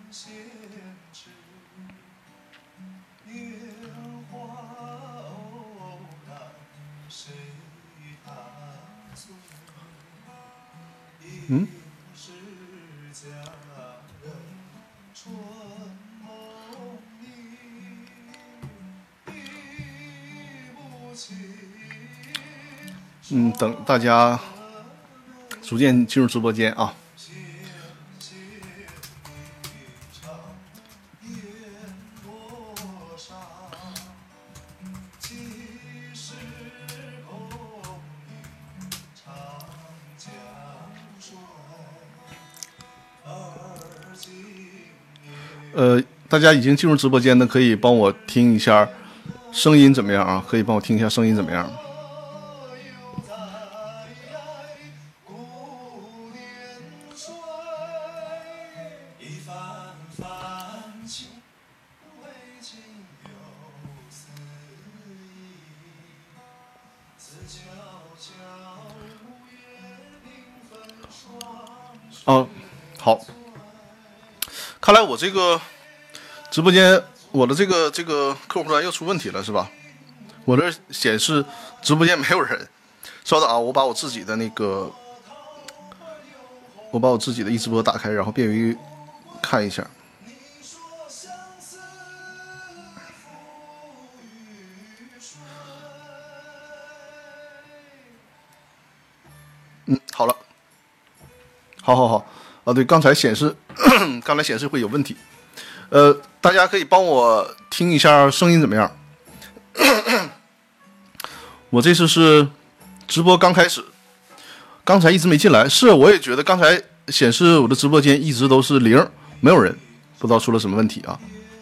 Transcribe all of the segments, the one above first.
嗯。等大家逐渐进入直播间啊。大家已经进入直播间的，可以帮我听一下声音怎么样啊？可以帮我听一下声音怎么样？好，看来我这个直播间，我的这个客户端又出问题了，是吧？我这显示直播间没有人。稍等啊，我把我自己的一直播打开，然后便于看一下。好了，好啊，对，刚才显示会有问题。大家可以帮我听一下声音怎么样？我这次是直播刚开始，刚才一直没进来。是，我也觉得刚才显示我的直播间一直都是0，没有人，不知道出了什么问题啊。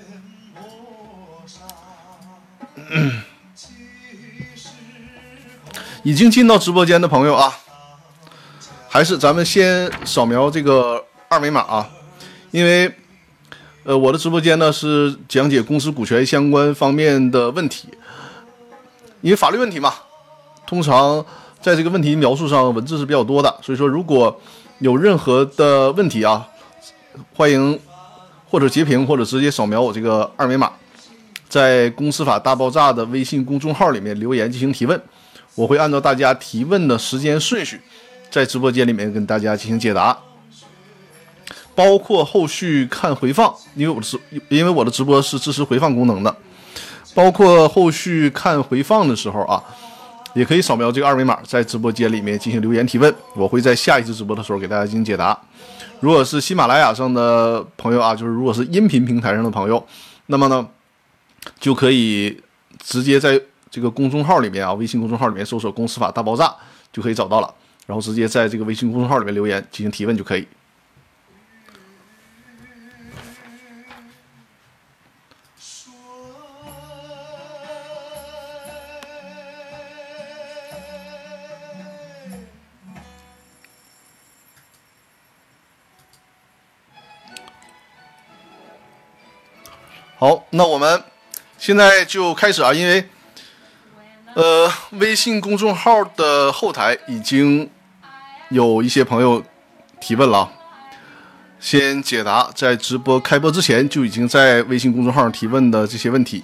已经进到直播间的朋友啊，还是咱们先扫描这个二维码啊，因为我的直播间呢是讲解公司股权相关方面的问题，因为法律问题嘛，通常在这个问题描述上文字是比较多的，所以说如果有任何的问题啊，欢迎或者截屏或者直接扫描我这个二维码，在公司法大爆炸的微信公众号里面留言进行提问，我会按照大家提问的时间顺序在直播间里面跟大家进行解答，包括后续看回放，因为我的直播是支持回放功能的，包括后续看回放的时候啊，也可以扫描这个二维码，在直播间里面进行留言提问，我会在下一次直播的时候给大家进行解答。如果是喜马拉雅上的朋友啊，就是如果是音频平台上的朋友，那么呢就可以直接在这个公众号里面啊，微信公众号里面搜索公司法大爆炸就可以找到了，然后直接在这个微信公众号里面留言进行提问就可以。好，那我们现在就开始啊，因为微信公众号的后台已经有一些朋友提问了，先解答在直播开播之前就已经在微信公众号上提问的这些问题。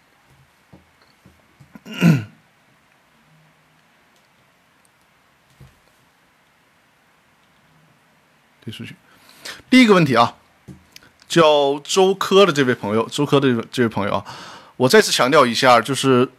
推出去。第一个问题啊，叫周科的这位朋友，啊，我再次强调一下，就是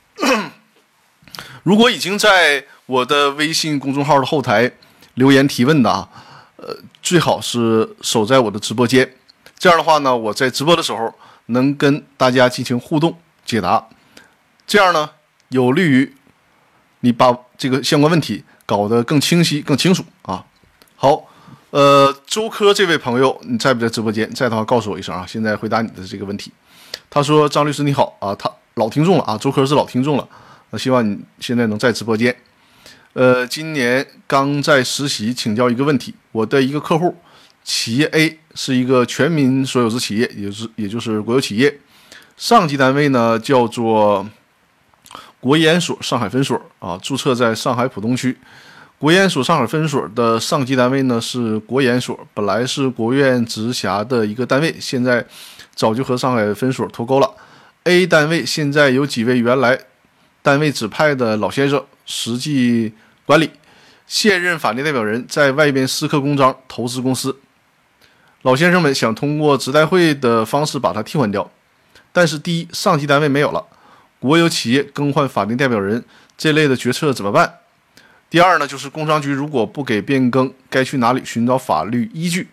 如果已经在我的微信公众号的后台留言提问的啊，最好是守在我的直播间，这样的话呢，我在直播的时候能跟大家进行互动解答，这样呢有利于你把这个相关问题搞得更清晰、更清楚啊。好，周科这位朋友，你在不在直播间？在的话告诉我一声啊。现在回答你的这个问题。他说：“张律师你好啊，他老听众了啊，周科是老听众了。那希望你现在能在直播间。今年刚在实习，请教一个问题。我的一个客户，企业 A 是一个全民所有制企业，也就是国有企业，上级单位呢叫做国研所上海分所啊，注册在上海浦东区。 国研所上海分所的上级单位呢是国研所，本来是国务院直辖的一个单位，现在早就和上海分所脱钩了。A 单位现在有几位原来单位指派的老先生实际管理，现任法定代表人在外边私刻公章投资公司，老先生们想通过职代会的方式把它替换掉，但是第一，上级单位没有了，国有企业更换法定代表人这类的决策怎么办？第二呢，就是工商局如果不给变更，该去哪里寻找法律依据？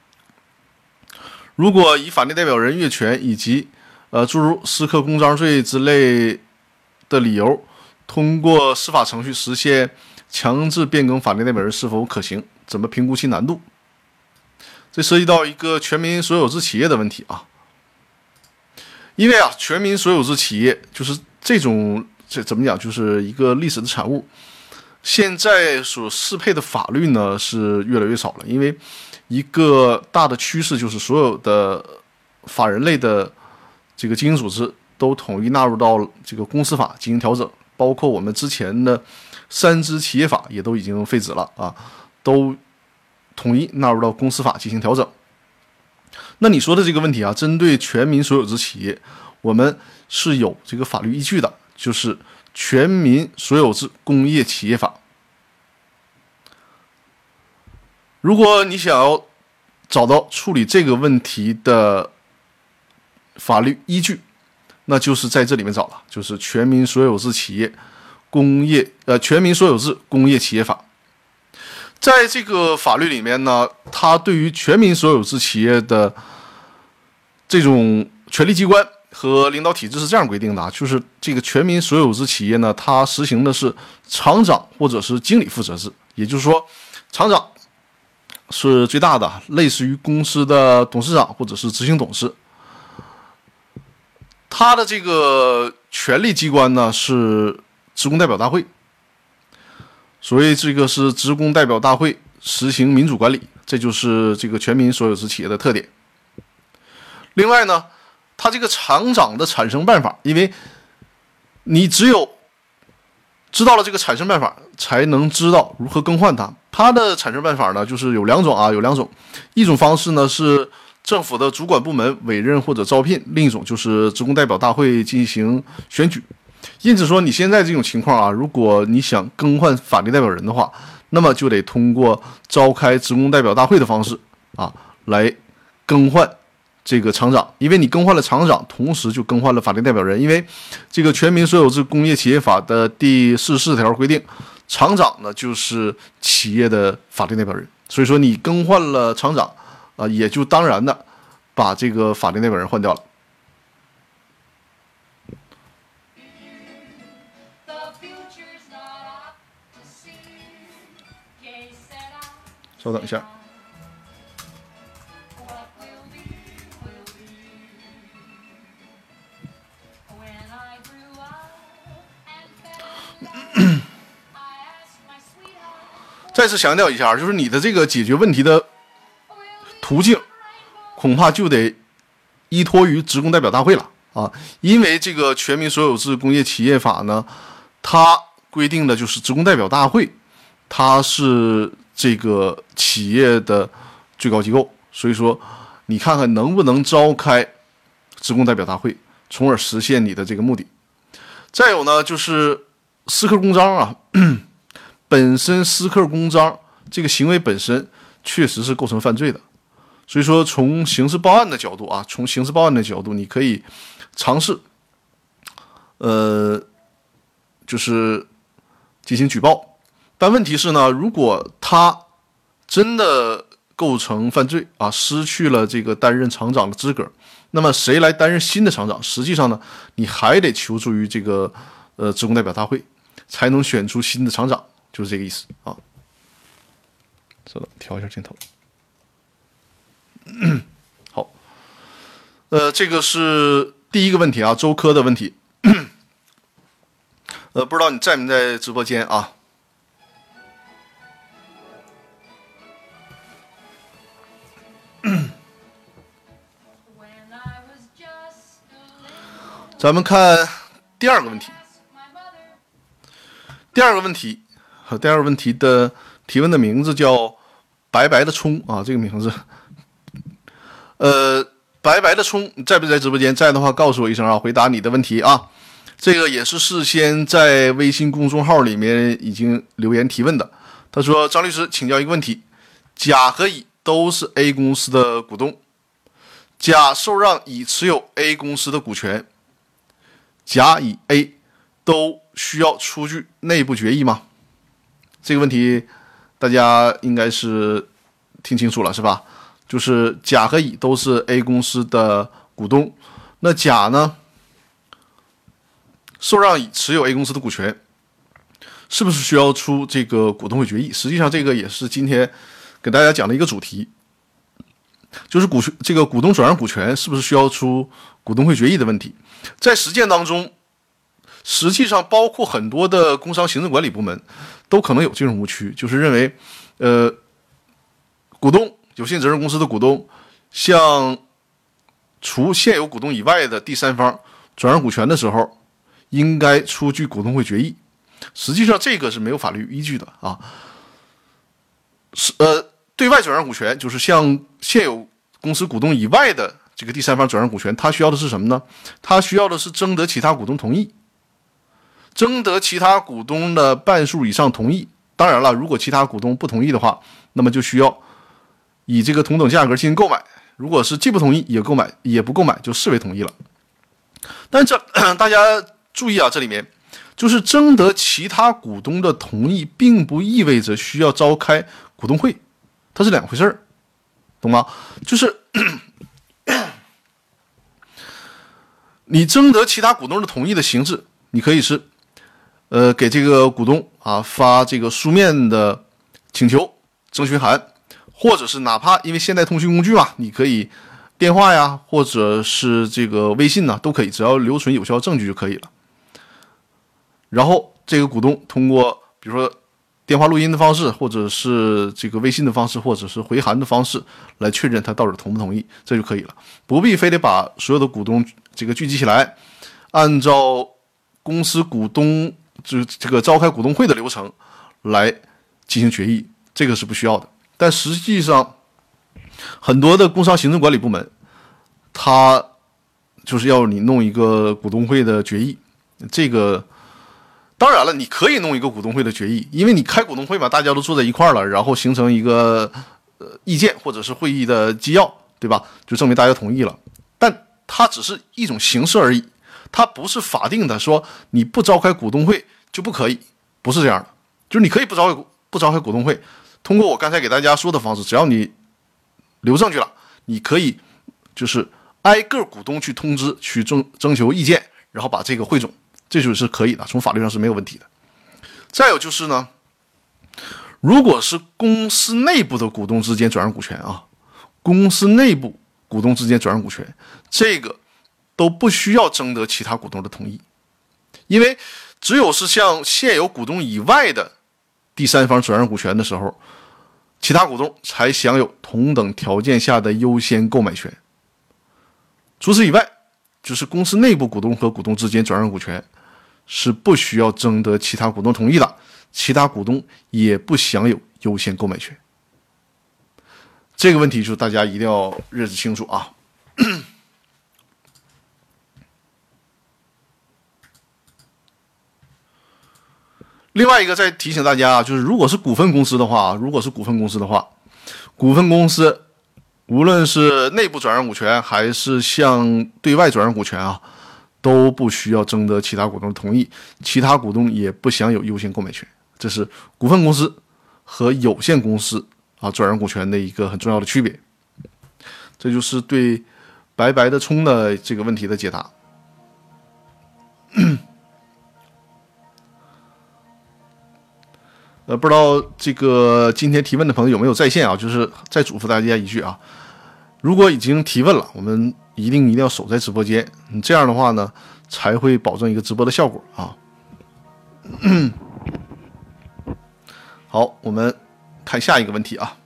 如果以法定代表人越权以及诸如私刻公章罪之类的理由，通过司法程序实现强制变更法定代表人是否可行？怎么评估其难度？这涉及到一个全民所有制企业的问题啊。因为全民所有制企业就是这怎么讲，就是一个历史的产物。现在所适配的法律呢是越来越少了，因为一个大的趋势就是所有的法人类的这个经营组织都统一纳入到这个公司法进行调整，包括我们之前的三支企业法也都已经废止了啊，都统一纳入到公司法进行调整。那你说的这个问题针对全民所有制企业，我们是有这个法律依据的，就是全民所有制工业企业法。如果你想要找到处理这个问题的法律依据，那就是在这里面找了，就是全民所有制企业全民所有制工业企业法。在这个法律里面呢，它对于全民所有制企业的这种权力机关和领导体制是这样规定的就是这个全民所有制企业呢，它实行的是厂长或者是经理负责制，也就是说，厂长是最大的，类似于公司的董事长或者是执行董事。他的这个权力机关呢是职工代表大会，所以这个是职工代表大会实行民主管理，这就是这个全民所有制企业的特点。另外呢，他这个厂长的产生办法，因为你只有知道了这个产生办法，才能知道如何更换它。它的产生办法呢，就是有两种，一种方式呢是政府的主管部门委任或者招聘，另一种就是职工代表大会进行选举。因此说，你现在这种情况如果你想更换法定代表人的话，那么就得通过召开职工代表大会的方式来更换这个厂长，因为你更换了厂长，同时就更换了法定代表人。因为这个全民所有制工业企业法的第44条规定，厂长呢就是企业的法定代表人，所以说你更换了厂长也就当然的把这个法定代表人换掉了。稍等一下。再次强调一下，就是你的这个解决问题的途径，恐怕就得依托于职工代表大会了因为这个全民所有制工业企业法呢，它规定的就是职工代表大会，它是这个企业的最高机构，所以说你看看能不能召开职工代表大会，从而实现你的这个目的。再有呢，就是私刻公章本身私刻公章这个行为本身确实是构成犯罪的，所以说从刑事报案的角度你可以尝试就是进行举报。但问题是呢，如果他真的构成犯罪失去了这个担任厂长的资格，那么谁来担任新的厂长？实际上呢，你还得求助于这个职工代表大会，才能选出新的厂长，就是这个意思稍等，调一下镜头。好，这个是第一个问题周科的问题。不知道你在没在直播间咱们看第二个问题。第二个问题第二个问题的提问的名字叫白白的葱啊，这个名字，白白的葱，你在不在直播间？在的话告诉我一声啊，回答你的问题啊。这个也是事先在微信公众号里面已经留言提问的。他说：“张律师，请教一个问题，甲和乙都是 A 公司的股东，甲受让乙持有 A 公司的股权，甲乙 A 都需要出具内部决议吗？”这个问题大家应该是听清楚了是吧？就是甲和乙都是 A 公司的股东，那甲呢受让乙持有 A 公司的股权，是不是需要出这个股东会决议？实际上这个也是今天给大家讲的一个主题，就是这个股东转让股权是不是需要出股东会决议的问题。在实践当中，实际上包括很多的工商行政管理部门都可能有这种误区，就是认为股东有限责任公司的股东向除现有股东以外的第三方转让股权的时候，应该出具股东会决议。实际上这个是没有法律依据的啊。对外转让股权就是向现有公司股东以外的这个第三方转让股权，它需要的是什么呢？它需要的是征得其他股东同意，征得其他股东的半数以上同意。当然了，如果其他股东不同意的话，那么就需要以这个同等价格进行购买。如果是既不同意也不购买，就视为同意了。但大家注意啊，这里面就是征得其他股东的同意，并不意味着需要召开股东会，它是两回事儿，懂吗？就是你征得其他股东的同意的形式，你可以是给这个股东啊发这个书面的请求征询函，或者是哪怕因为现代通讯工具嘛，你可以电话呀，或者是这个微信呢，都可以，只要留存有效证据就可以了。然后这个股东通过比如说电话录音的方式，或者是这个微信的方式，或者是回函的方式来确认他到底同不同意，这就可以了，不必非得把所有的股东这个聚集起来，按照公司股东这个召开股东会的流程来进行决议，这个是不需要的。但实际上很多的工商行政管理部门，他就是要你弄一个股东会的决议。这个当然了，你可以弄一个股东会的决议，因为你开股东会嘛，大家都坐在一块儿了，然后形成一个意见或者是会议的纪要，对吧？就证明大家同意了。但它只是一种形式而已，它不是法定的说你不召开股东会就不可以，不是这样的。就是你可以不召开股东会，通过我刚才给大家说的方式，只要你留证据了，你可以就是挨个股东去通知，去征求意见，然后把这个汇总，这就是可以的，从法律上是没有问题的。再有就是呢，如果是公司内部的股东之间转让股权啊，公司内部股东之间转让股权，这个都不需要征得其他股东的同意，因为只有是向现有股东以外的第三方转让股权的时候，其他股东才享有同等条件下的优先购买权。除此以外，就是公司内部股东和股东之间转让股权是不需要征得其他股东同意的，其他股东也不享有优先购买权。这个问题就大家一定要认识清楚啊。另外一个再提醒大家，就是如果是股份公司的话，股份公司无论是内部转让股权还是向对外转让股权啊，都不需要征得其他股东的同意，其他股东也不享有优先购买权。这是股份公司和有限公司啊转让股权的一个很重要的区别。这就是对白白的葱的这个问题的解答。不知道这个今天提问的朋友有没有在线啊？就是再嘱咐大家一句啊，如果已经提问了，我们一定要守在直播间，这样的话呢，才会保证一个直播的效果啊。好，我们看下一个问题啊。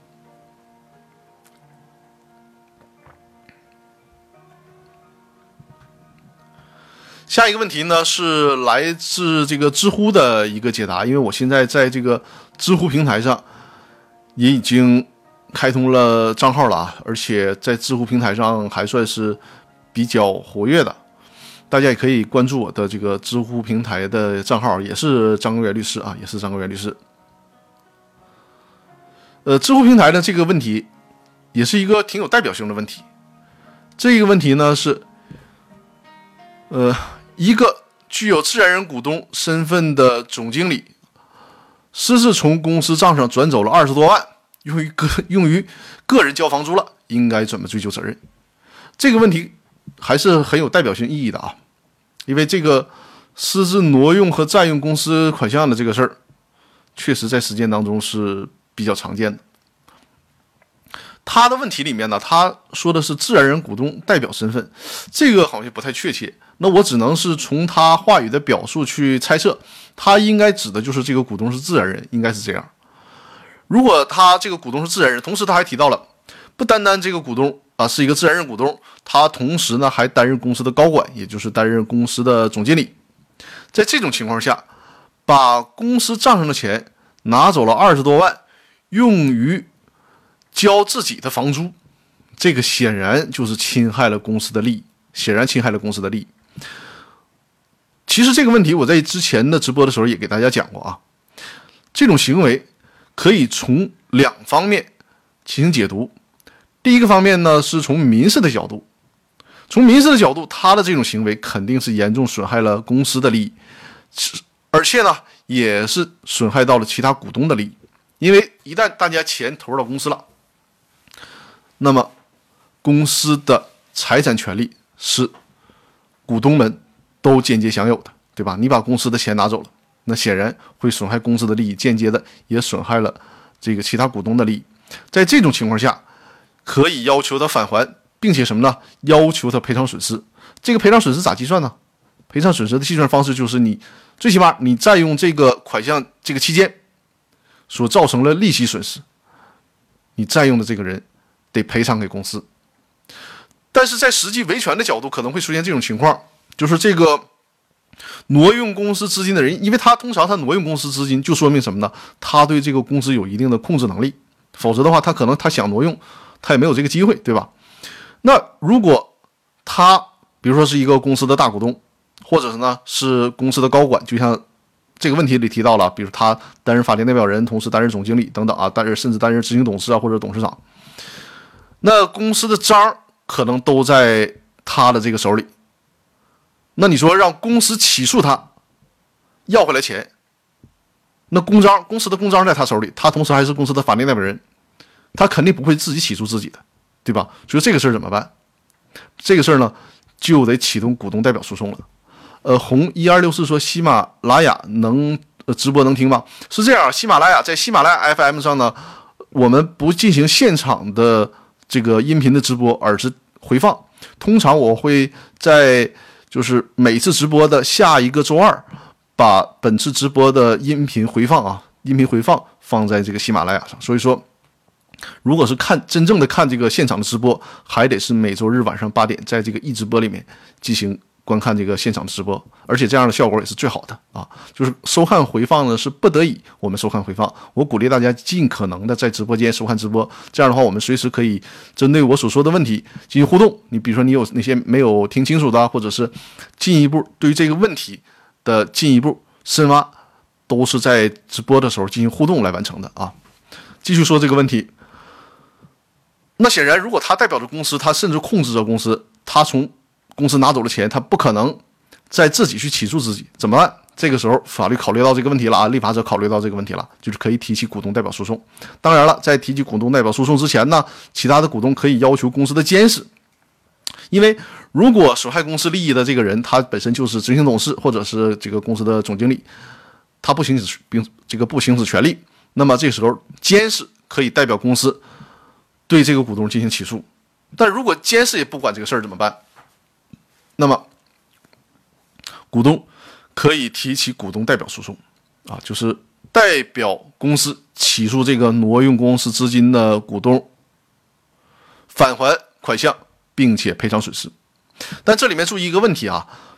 下一个问题呢是来自这个知乎的一个解答，因为我现在在这个知乎平台上也已经开通了账号了啊，而且在知乎平台上还算是比较活跃的，大家也可以关注我的这个知乎平台的账号，也是张根源律师啊，也是张根源律师。知乎平台的这个问题也是一个挺有代表性的问题。这个问题呢是，一个具有自然人股东身份的总经理，私自从公司账上转走了20多万，用于个人交房租了，应该怎么追究责任？这个问题还是很有代表性意义的啊，因为这个私自挪用和占用公司款项的这个事儿，确实在实践当中是比较常见的。他的问题里面呢，他说的是自然人股东代表身份，这个好像不太确切。那我只能是从他话语的表述去猜测，他应该指的就是这个股东是自然人，应该是这样。如果他这个股东是自然人，同时他还提到了，不单单这个股东是一个自然人股东，他同时呢还担任公司的高管，也就是担任公司的总经理。在这种情况下，把公司账上的钱拿走了20多万，用于交自己的房租，这个显然就是侵害了公司的利益，其实这个问题我在之前的直播的时候也给大家讲过啊，这种行为可以从2方面进行解读。第一个方面呢，是从民事的角度，他的这种行为肯定是严重损害了公司的利益，而且呢也是损害到了其他股东的利益，因为一旦大家钱投入到公司了，那么公司的财产权利是股东们都间接享有的，对吧？你把公司的钱拿走了，那显然会损害公司的利益，间接的也损害了这个其他股东的利益。在这种情况下，可以要求他返还，并且什么呢？要求他赔偿损失。这个赔偿损失咋计算呢？赔偿损失的计算方式就是最起码你占用这个款项这个期间所造成的利息损失，你占用的这个人得赔偿给公司。但是在实际维权的角度可能会出现这种情况，就是这个挪用公司资金的人，因为他通常挪用公司资金就说明什么呢？他对这个公司有一定的控制能力，否则的话他可能他想挪用他也没有这个机会，对吧？那如果他比如说是一个公司的大股东，或者是公司的高管，就像这个问题里提到了，比如他担任法定代表人，同时担任总经理等等啊，甚至担任执行董事或者董事长，那公司的章可能都在他的这个手里。那你说让公司起诉他要回来钱，那公司的公章在他手里，他同时还是公司的法定代表人，他肯定不会自己起诉自己的，对吧？所以这个事儿怎么办？这个事儿呢就得启动股东代表诉讼了。红1264说喜马拉雅直播能听吗？是这样，在喜马拉雅 FM 上呢，我们不进行现场的这个音频的直播，而是回放。通常我会在就是每次直播的下一个周二，把本次直播的音频回放放在这个喜马拉雅上。所以说，如果是真正的看这个现场的直播，还得是每周日晚上8点，在这个直播里面进行观看这个现场的直播，而且这样的效果也是最好的啊。就是收看回放呢是不得已我们收看回放，我鼓励大家尽可能的在直播间收看直播，这样的话我们随时可以针对我所说的问题进行互动。你比如说你有那些没有听清楚的，或者是进一步对于这个问题的进一步深挖，都是在直播的时候进行互动来完成的啊。继续说这个问题，那显然如果他代表着公司，他甚至控制着公司，他从公司拿走了钱，他不可能再自己去起诉自己，怎么办？这个时候法律考虑到这个问题了啊，立法者考虑到这个问题了，就是可以提起股东代表诉讼。当然了，在提起股东代表诉讼之前呢，其他的股东可以要求公司的监事，因为如果损害公司利益的这个人他本身就是执行董事或者是这个公司的总经理，他不行使权利，那么这时候监事可以代表公司对这个股东进行起诉。但如果监事也不管这个事儿怎么办？那么股东可以提起股东代表诉讼啊，就是代表公司起诉这个挪用公司资金的股东返还款项并且赔偿损失。但这里面注意一个问题啊，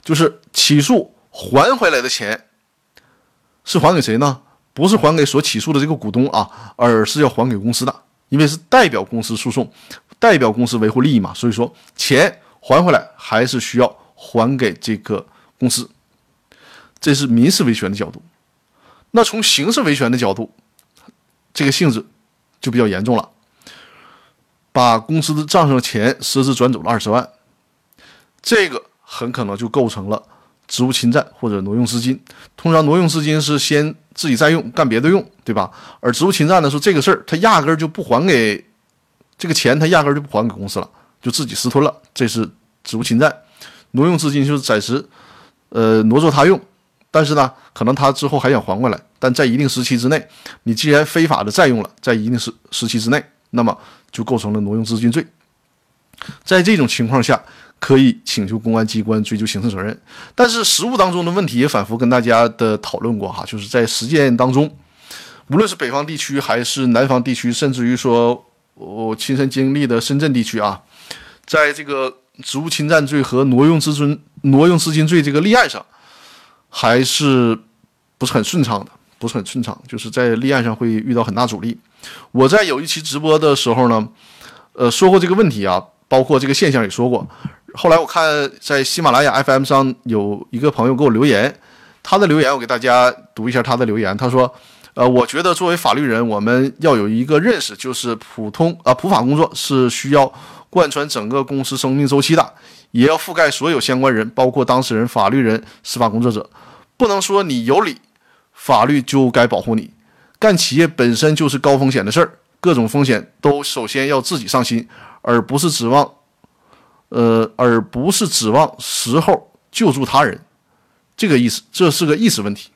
就是起诉还回来的钱是还给谁呢？不是还给所起诉的这个股东啊，而是要还给公司的，因为是代表公司诉讼，代表公司维护利益嘛，所以说钱还回来还是需要还给这个公司，这是民事维权的角度。那从刑事维权的角度，这个性质就比较严重了，把公司的账上的钱私自转走了20万，这个很可能就构成了职务侵占或者挪用资金。通常挪用资金是先自己再用干别的用，对吧？而职务侵占的是这个事儿，他压根就不还给这个钱，他压根就不还给公司了，就自己私吞了，这是职务侵占。挪用资金就是暂时挪作他用，但是呢可能他之后还想还回来，但在一定时期之内，你既然非法的占用了，在一定时期之内，那么就构成了挪用资金罪。在这种情况下可以请求公安机关追究刑事责任。但是实务当中的问题也反复跟大家的讨论过哈，就是在实践当中，无论是北方地区还是南方地区，甚至于说我亲身经历的深圳地区啊，在这个职务侵占罪和挪用资金罪这个立案上还是不是很顺畅的，就是在立案上会遇到很大阻力。我在有一期直播的时候呢说过这个问题啊，包括这个现象也说过。后来我看在喜马拉雅 FM 上有一个朋友给我留言，他的留言我给大家读一下他的留言。他说我觉得作为法律人，我们要有一个认识，就是普法工作是需要贯穿整个公司生命周期的，也要覆盖所有相关人，包括当事人、法律人、司法工作者。不能说你有理，法律就该保护你。干企业本身就是高风险的事儿，各种风险都首先要自己上心，而不是指望时候救助他人，这个意思，这是个意识问题。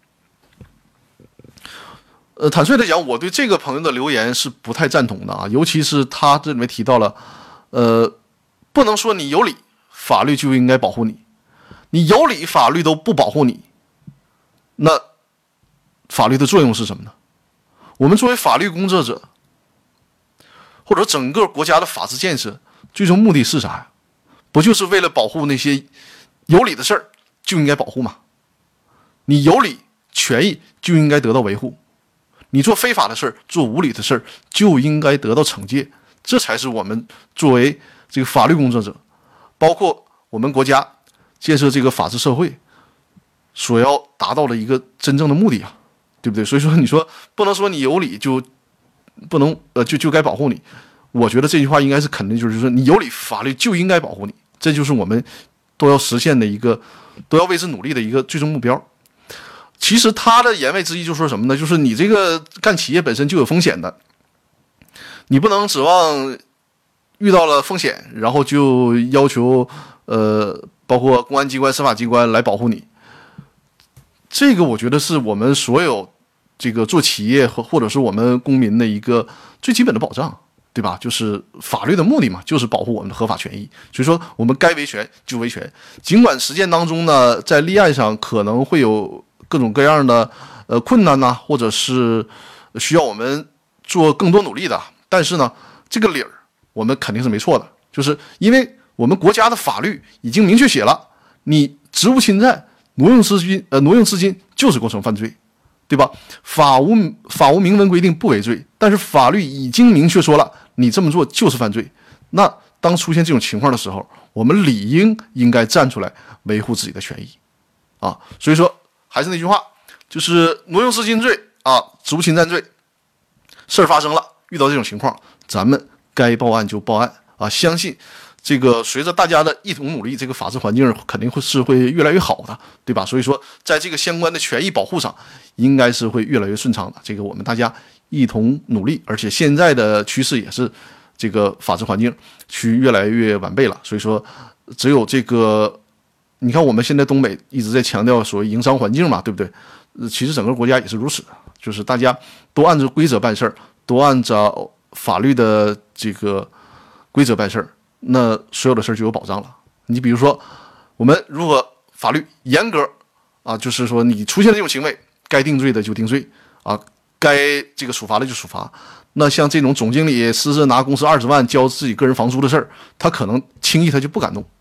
坦率的讲，我对这个朋友的留言是不太赞同的啊，尤其是他这里面提到了，不能说你有理，法律就应该保护你，你有理，法律都不保护你，那法律的作用是什么呢？我们作为法律工作者，或者整个国家的法治建设，最终目的是啥呀？不就是为了保护那些有理的事儿就应该保护吗？你有理，权益就应该得到维护。你做非法的事儿，做无理的事儿，就应该得到惩戒，这才是我们作为这个法律工作者，包括我们国家建设这个法治社会所要达到的一个真正的目的啊，对不对？所以说，你说不能说你有理就不能就该保护你，我觉得这句话应该是肯定，就是说你有理，法律就应该保护你，这就是我们都要实现的一个，都要为之努力的一个最终目标。其实他的言外之意就说什么呢？就是你这个干企业本身就有风险的，你不能指望遇到了风险，然后就要求包括公安机关、司法机关来保护你。这个我觉得是我们所有这个做企业或者是我们公民的一个最基本的保障，对吧？就是法律的目的嘛，就是保护我们的合法权益。所以说，我们该维权就维权。尽管实践当中呢，在立案上可能会有各种各样的困难呐，或者是需要我们做更多努力的，但是呢，这个理儿我们肯定是没错的，就是因为我们国家的法律已经明确写了，你职务侵占、挪用资金就是构成犯罪，对吧？法无明文规定不为罪，但是法律已经明确说了，你这么做就是犯罪。那当出现这种情况的时候，我们理应该站出来维护自己的权益啊。所以说，还是那句话，就是挪用资金罪啊，职务侵占罪，事儿发生了，遇到这种情况，咱们该报案就报案啊。相信这个随着大家的一同努力，这个法治环境肯定会越来越好的，对吧？所以说，在这个相关的权益保护上，应该是会越来越顺畅的。这个我们大家一同努力，而且现在的趋势也是这个法治环境趋越来越完备了。所以说，只有这个，你看我们现在东北一直在强调所谓营商环境嘛，对不对？其实整个国家也是如此的，就是大家都按照规则办事儿，都按照法律的这个规则办事儿，那所有的事儿就有保障了。你比如说，我们如果法律严格啊，就是说你出现这种行为，该定罪的就定罪啊，该这个处罚的就处罚。那像这种总经理私自拿公司20万交自己个人房租的事儿，他可能轻易他就不敢弄，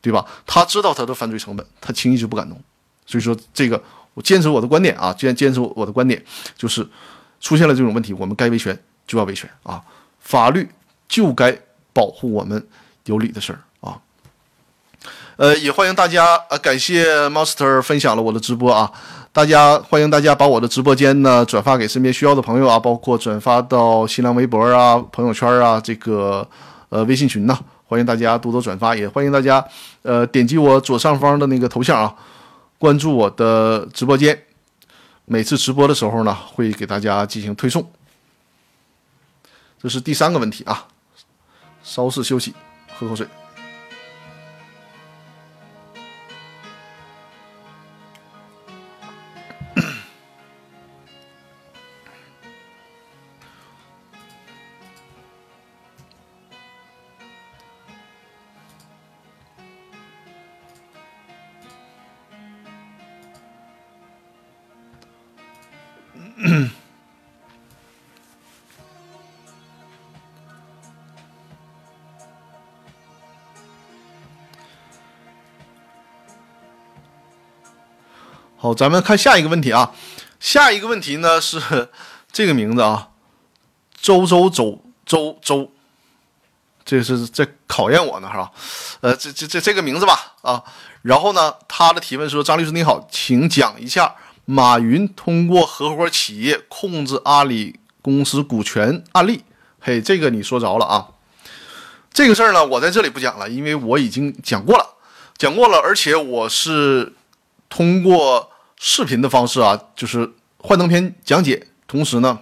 对吧？他知道他的犯罪成本，他轻易就不敢弄。所以说，这个我坚持我的观点啊，既然坚持我的观点，就是出现了这种问题，我们该维权就要维权啊，法律就该保护我们有理的事儿啊。也欢迎大家感谢 Monster 分享了我的直播啊，欢迎大家把我的直播间呢转发给身边需要的朋友啊，包括转发到新浪微博啊、朋友圈啊、这个微信群呐。欢迎大家多多转发，也欢迎大家点击我左上方的那个头像啊，关注我的直播间。每次直播的时候呢，会给大家进行推送。这是第3个问题啊，稍事休息，喝口水。好，咱们看下一个问题啊。下一个问题呢是这个名字啊，周，这是在考验我呢，是吧？这个名字吧啊。然后呢，他的提问说：张律师你好，请讲一下马云通过合伙企业控制阿里公司股权案例。嘿，这个你说着了啊。这个事儿呢，我在这里不讲了，因为我已经讲过了，而且我是通过视频的方式啊，就是幻灯片讲解，同时呢，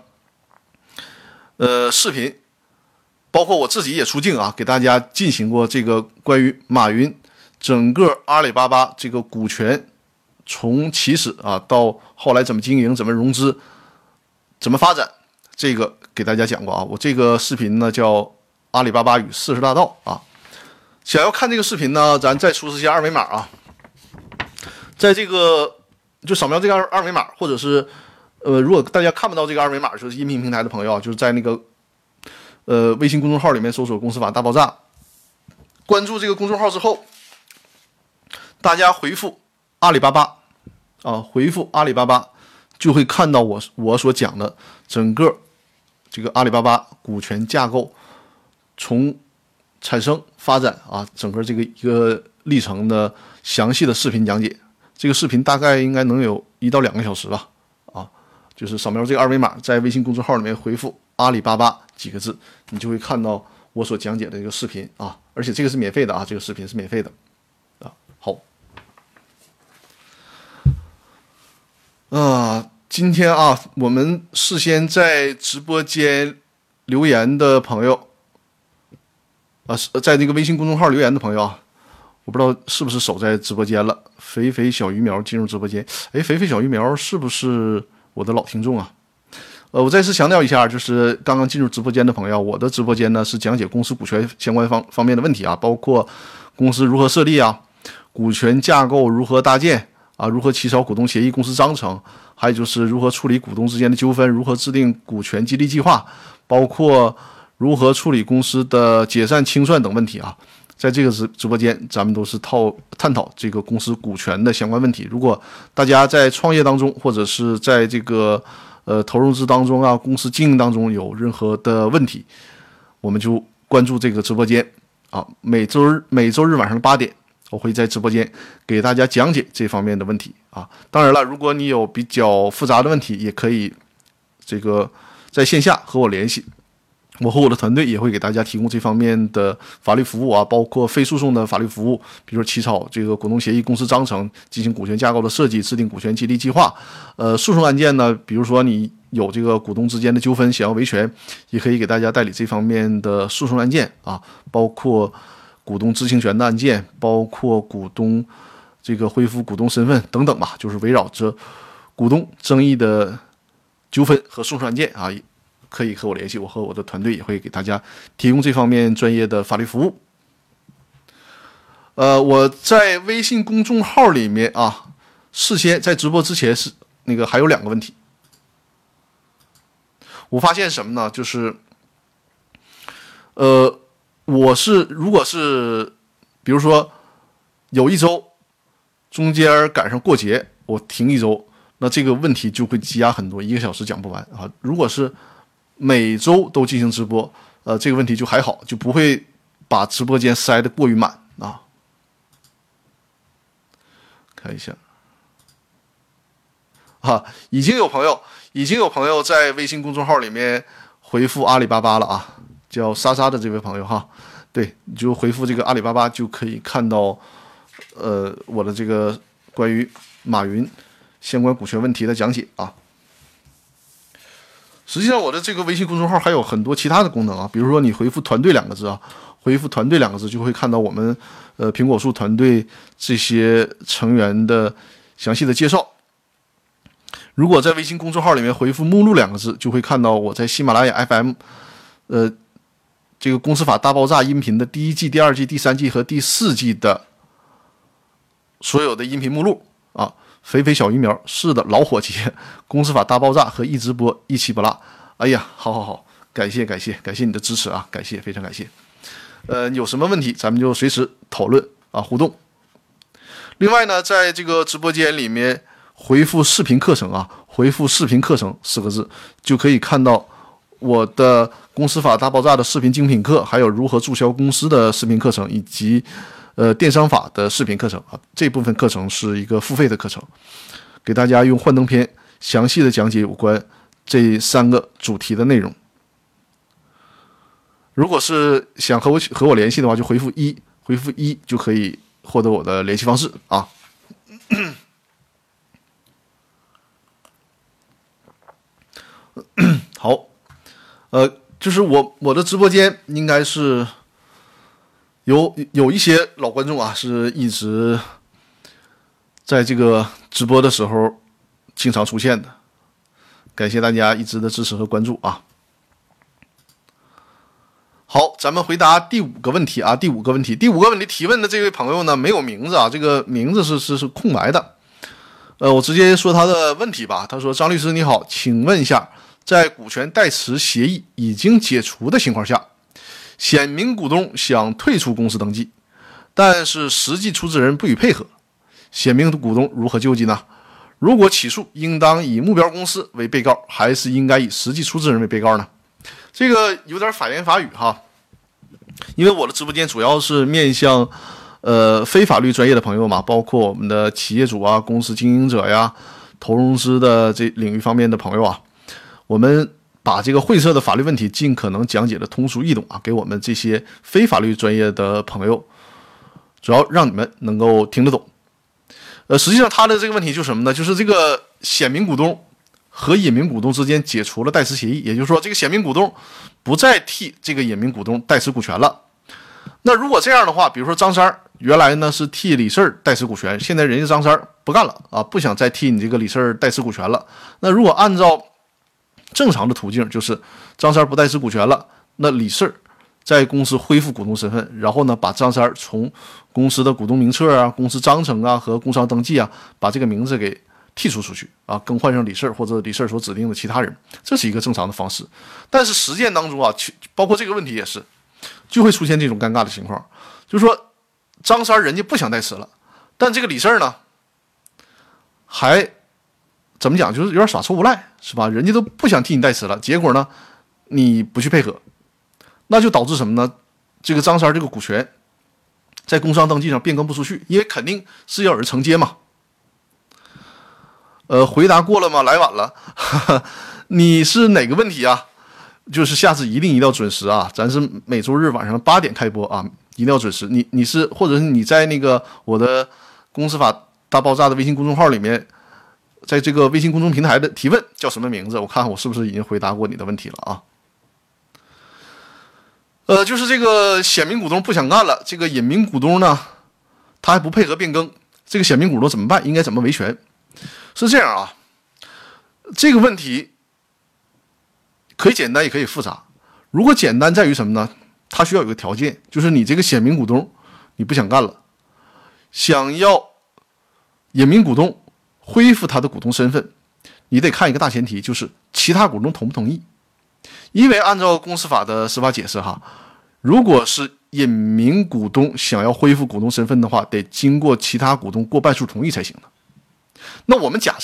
视频包括我自己也出镜啊，给大家进行过这个关于马云整个阿里巴巴这个股权从起始啊到后来怎么经营、怎么融资、怎么发展，这个给大家讲过啊。我这个视频呢叫《阿里巴巴与40大盗》啊。想要看这个视频呢，咱再出示一下二维码啊，在这个就扫描这个二维码，或者是如果大家看不到这个二维码，就是音频平台的朋友啊，就是在那个微信公众号里面搜索"公司法大爆炸"，关注这个公众号之后，大家回复阿里巴巴啊，回复阿里巴巴，就会看到我所讲的整个这个阿里巴巴股权架构从产生发展啊，整个这个一个历程的详细的视频讲解。这个视频大概应该能有1到2个小时吧，啊，就是扫描这个二维码，在微信公众号里面回复阿里巴巴几个字，你就会看到我所讲解的这个视频啊，而且这个是免费的啊，这个视频是免费的啊。好，今天啊，我们事先在直播间留言的朋友啊，在这个微信公众号留言的朋友啊，我不知道是不是守在直播间了。肥肥小鱼苗进入直播间，肥肥小鱼苗是不是我的老听众啊？我再次强调一下，就是刚刚进入直播间的朋友，我的直播间呢是讲解公司股权相关方面的问题啊，包括公司如何设立啊，股权架构如何搭建啊，如何起草股东协议、公司章程，还有就是如何处理股东之间的纠纷，如何制定股权激励计划，包括如何处理公司的解散清算等问题啊。在这个直播间，咱们都是探讨这个公司股权的相关问题。如果大家在创业当中，或者是在这个投融资当中啊，公司经营当中有任何的问题，我们就关注这个直播间啊。每周日晚上8点，我会在直播间给大家讲解这方面的问题啊。当然了，如果你有比较复杂的问题，也可以这个在线下和我联系。我和我的团队也会给大家提供这方面的法律服务啊，包括非诉讼的法律服务，比如说起草这个股东协议、公司章程，进行股权架构的设计，制定股权激励计划。诉讼案件呢，比如说你有这个股东之间的纠纷，想要维权，也可以给大家代理这方面的诉讼案件啊，包括股东知情权的案件，包括股东这个恢复股东身份等等吧，就是围绕着股东争议的纠纷和诉讼案件啊。可以和我联系，我和我的团队也会给大家提供这方面专业的法律服务。我在微信公众号里面啊，事先在直播之前是那个还有2个问题。我发现什么呢？就是如果是比如说有一周中间赶上过节，我停一周，那这个问题就会积压很多，1个小时讲不完啊。如果是每周都进行直播，这个问题就还好，就不会把直播间塞得过于满啊。看一下啊，已经有朋友在微信公众号里面回复阿里巴巴了啊，叫莎莎的这位朋友哈，对，你就回复这个阿里巴巴就可以看到我的这个关于马云相关股权问题的讲解啊。实际上我的这个微信公众号还有很多其他的功能啊，比如说你回复团队2个字啊，回复团队2个字就会看到我们苹果树团队这些成员的详细的介绍。如果在微信公众号里面回复目录2个字，就会看到我在喜马拉雅 FM 这个公司法大爆炸音频的第1季、第2季、第3季和第4季的所有的音频目录啊。肥肥小鱼苗，是的，老伙计，公司法大爆炸和一直播一期不落。哎呀，好，感谢你的支持啊，感谢，非常感谢。有什么问题咱们就随时讨论啊，互动。另外呢，在这个直播间里面回复视频课程啊，回复视频课程4个字，就可以看到我的公司法大爆炸的视频精品课，还有如何注销公司的视频课程，以及电商法的视频课程啊。这部分课程是一个付费的课程，给大家用幻灯片详细的讲解有关这3个主题的内容。如果是想和我联系的话，就回复1就可以获得我的联系方式啊。好，就是我的直播间应该是有一些老观众啊，是一直在这个直播的时候经常出现的，感谢大家一直的支持和关注啊。好，咱们回答第5个问题啊。第五个问题提问的这位朋友呢，没有名字啊，这个名字是空白的。我直接说他的问题吧。他说：“张律师你好，请问一下，在股权代持协议已经解除的情况下，显名股东想退出公司登记，但是实际出资人不予配合，显名股东如何救济呢？如果起诉，应当以目标公司为被告，还是应该以实际出资人为被告呢？”这个有点法言法语哈，因为我的直播间主要是面向非法律专业的朋友嘛，包括我们的企业主啊、公司经营者呀、投融资的这领域方面的朋友啊，我们把这个晦涩的法律问题尽可能讲解的通俗易懂啊，给我们这些非法律专业的朋友，主要让你们能够听得懂。实际上他的这个问题就是什么呢？就是这个显名股东和隐名股东之间解除了代持协议，也就是说，这个显名股东不再替这个隐名股东代持股权了。那如果这样的话，比如说张三原来呢是替李四代持股权，现在人家张三不干了啊，不想再替你这个李四代持股权了。那如果按照正常的途径，就是张三不代持股权了，那李四在公司恢复股东身份，然后呢把张三从公司的股东名册啊、公司章程啊和工商登记啊，把这个名字给剔除出去啊，更换成李四或者李四所指定的其他人，这是一个正常的方式。但是实践当中啊，包括这个问题也是，就会出现这种尴尬的情况，就是说张三人家不想代持了，但这个李四呢，还怎么讲，就是有点耍臭无赖，是吧？人家都不想替你代持了，结果呢，你不去配合，那就导致什么呢？这个张三这个股权在工商登记上变更不出去，因为肯定是要有人承接嘛。回答过了吗？来晚了。你是哪个问题啊？就是下次一定要准时啊！咱是每周日晚上8点开播啊，一定要准时。你是或者是你在那个我的公司法大爆炸的微信公众号里面，在这个微信公众平台的提问叫什么名字？我看看我是不是已经回答过你的问题了啊？就是这个显名股东不想干了，这个隐名股东呢，他还不配合变更，这个显名股东怎么办？应该怎么维权？是这样啊，这个问题可以简单也可以复杂。如果简单在于什么呢？它需要有个条件，就是你这个显名股东你不想干了，想要隐名股东恢复他的股东身份，你得看一个大前提，就是其他股东同不同意。因为按照公司法的司法解释哈，如果是隐名股东想要恢复股东身份的话，得经过其他股东过半数同意才行的。那我们假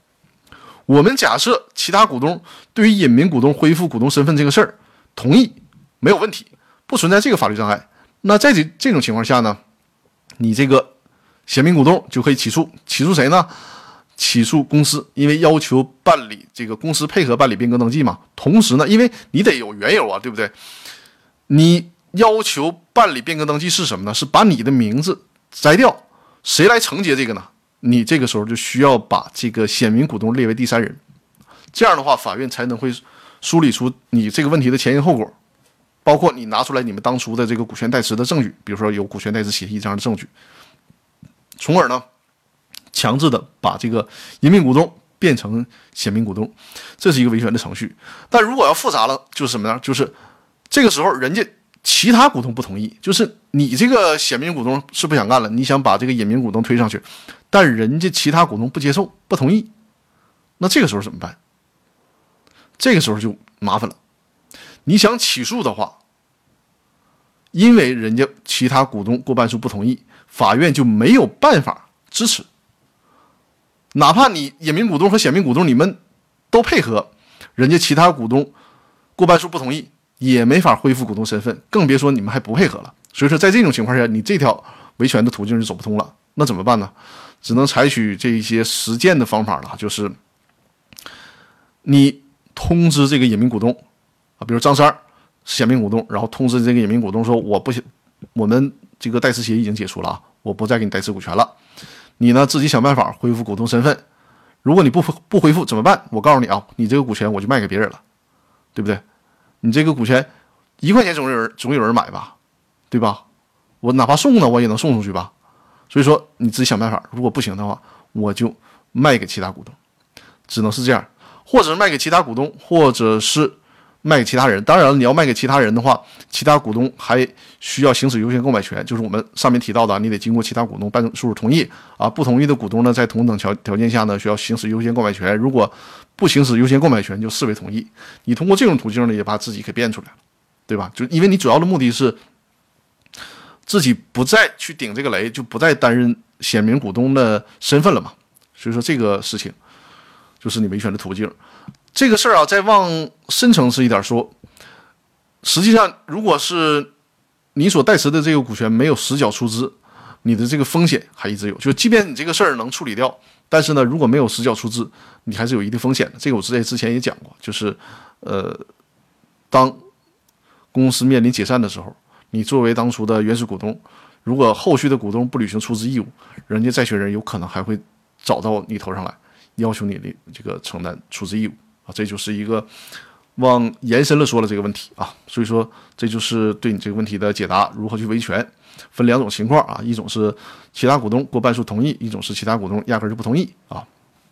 设其他股东对于隐名股东恢复股东身份这个事儿同意，没有问题，不存在这个法律障碍。那在这种情况下呢，你这个显名股东就可以起诉谁呢？起诉公司，因为要求办理这个公司配合办理变更登记嘛。同时呢，因为你得有缘由啊，对不对？你要求办理变更登记是什么呢？是把你的名字摘掉，谁来承接这个呢？你这个时候就需要把这个显名股东列为第三人，这样的话，法院才能会梳理出你这个问题的前因后果，包括你拿出来你们当初的这个股权代持的证据，比如说有股权代持协议这样的证据，从而呢，强制的把这个隐名股东变成显名股东，这是一个维权的程序。但如果要复杂了，就是什么呢？就是这个时候人家其他股东不同意，就是你这个显名股东是不想干了，你想把这个隐名股东推上去，但人家其他股东不接受、不同意，那这个时候怎么办？这个时候就麻烦了。你想起诉的话，因为人家其他股东过半数不同意，法院就没有办法支持。哪怕你隐名股东和显名股东你们都配合，人家其他股东过半数不同意，也没法恢复股东身份，更别说你们还不配合了。所以说在这种情况下，你这条维权的途径就走不通了。那怎么办呢？只能采取这一些实践的方法了，就是你通知这个隐名股东啊，比如张三显名股东，然后通知这个隐名股东说，我们这个代持协议已经解除了啊，我不再给你代持股权了，你呢自己想办法恢复股东身份。如果你不恢复怎么办？我告诉你啊，你这个股权我就卖给别人了，对不对？你这个股权1块钱总有人买吧，对吧？我哪怕送呢，我也能送出去吧。所以说你自己想办法，如果不行的话，我就卖给其他股东，只能是这样，或者是卖给其他股东，或者是卖给其他人。当然了，你要卖给其他人的话，其他股东还需要行使优先购买权，就是我们上面提到的，你得经过其他股东半数同意啊。不同意的股东呢，在同等条件下呢，需要行使优先购买权。如果不行使优先购买权，就视为同意。你通过这种途径呢，也把自己给变出来了，对吧？就因为你主要的目的是自己不再去顶这个雷，就不再担任显名股东的身份了嘛。所以说这个事情就是你维权的途径。这个事儿啊，再往深层次一点说，实际上如果是你所代持的这个股权没有实缴出资，你的这个风险还一直有。就即便你这个事儿能处理掉，但是呢，如果没有实缴出资，你还是有一定风险的。这个我之前也讲过，就是当公司面临解散的时候，你作为当初的原始股东，如果后续的股东不履行出资义务，人家债权人有可能还会找到你头上来，要求你的这个承担出资义务啊。这就是一个往延伸了说了这个问题啊。所以说这就是对你这个问题的解答，如何去维权，分2种情况啊，一种是其他股东过半数同意，一种是其他股东压根就不同意啊。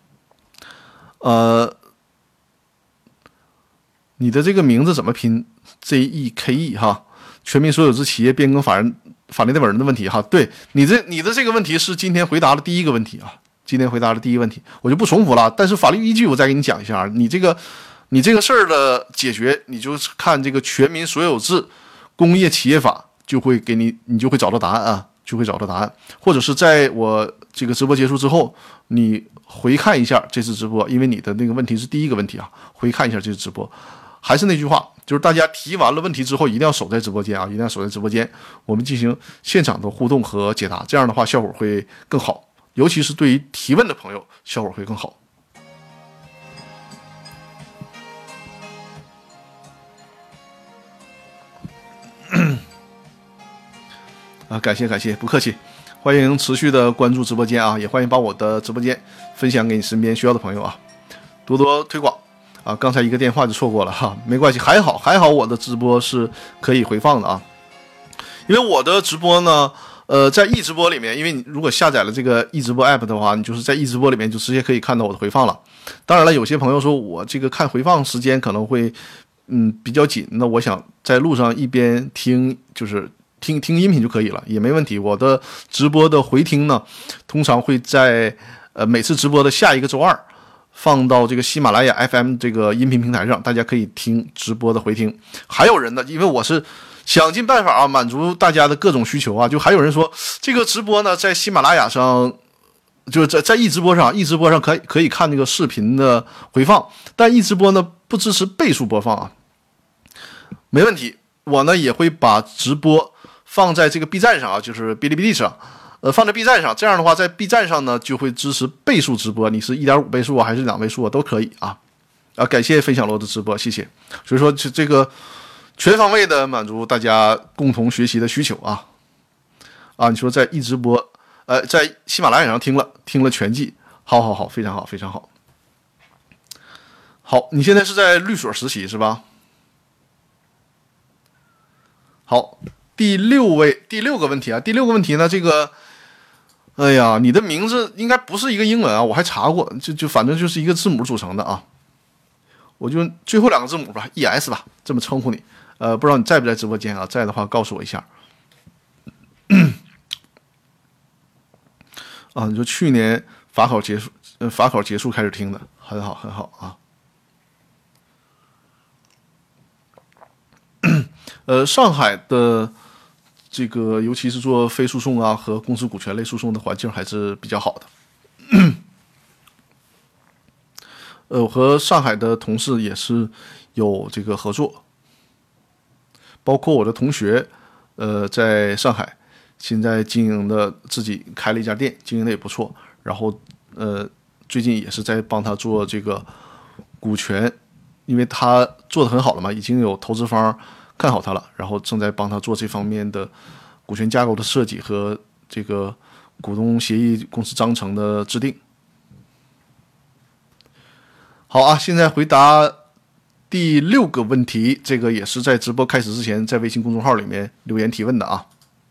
你的这个名字怎么拼 ？JEKE 哈，全民所有制企业变更法定代表人的问题哈。对，你的这个问题是今天回答的第一个问题啊，今天回答的第一个问题，我就不重复了。但是法律依据我再给你讲一下，你这个事儿的解决，你就看这个全民所有制工业企业法，就会给你就会找到答案啊，就会找到答案。或者是在我这个直播结束之后，你回看一下这次直播，因为你的那个问题是第一个问题啊，回看一下这次直播。还是那句话，就是大家提完了问题之后，一定要守在直播间啊，一定要守在直播间，我们进行现场的互动和解答，这样的话效果会更好，尤其是对于提问的朋友，效果会更好。啊，感谢，不客气，欢迎持续的关注直播间啊，也欢迎把我的直播间分享给你身边需要的朋友啊，多多推广。啊，刚才一个电话就错过了哈，没关系，还好我的直播是可以回放的啊。因为我的直播呢，在易直播里面，因为你如果下载了这个易直播 app 的话，你就是在易直播里面就直接可以看到我的回放了。当然了，有些朋友说我这个看回放时间可能会比较紧，那我想在路上一边听，就是听音频就可以了，也没问题。我的直播的回听呢，通常会在每次直播的下一个周二放到这个喜马拉雅 FM 这个音频平台上，大家可以听直播的回听。还有人呢，因为我是想尽办法啊，满足大家的各种需求啊。就还有人说，这个直播呢，在喜马拉雅上，就是在易直播上可以看那个视频的回放，但易直播呢不支持倍速播放啊。没问题，我呢也会把直播放在这个 B 站上啊，就是哔哩哔哩上，放在 B 站上。这样的话，在 B 站上呢就会支持倍速直播，你是1.5倍速还是2倍速都可以啊。感谢分享罗的直播，谢谢。所以说这个全方位的满足大家共同学习的需求啊。你说在易直播，在喜马拉雅上听了全季，好，非常好，非常好。好，你现在是在律所实习是吧？好，第六个问题啊，第六个问题呢，这个，哎呀，你的名字应该不是一个英文啊，我还查过，就反正就是一个字母组成的啊。我就最后2个字母吧 ，ES 吧，这么称呼你。不知道你在不在直播间啊？在的话告诉我一下。你说去年法考结束开始听的，很好很好啊。上海的这个尤其是做非诉讼啊和公司股权类诉讼的环境还是比较好的。我和上海的同事也是有这个合作，包括我的同学，在上海现在经营的自己开了一家店，经营的也不错。然后最近也是在帮他做这个股权，因为他做的很好了嘛，已经有投资方看好他了，然后正在帮他做这方面的股权架构的设计和这个股东协议、公司章程的制定。好啊，现在回答第6个问题，这个也是在直播开始之前在微信公众号里面留言提问的啊。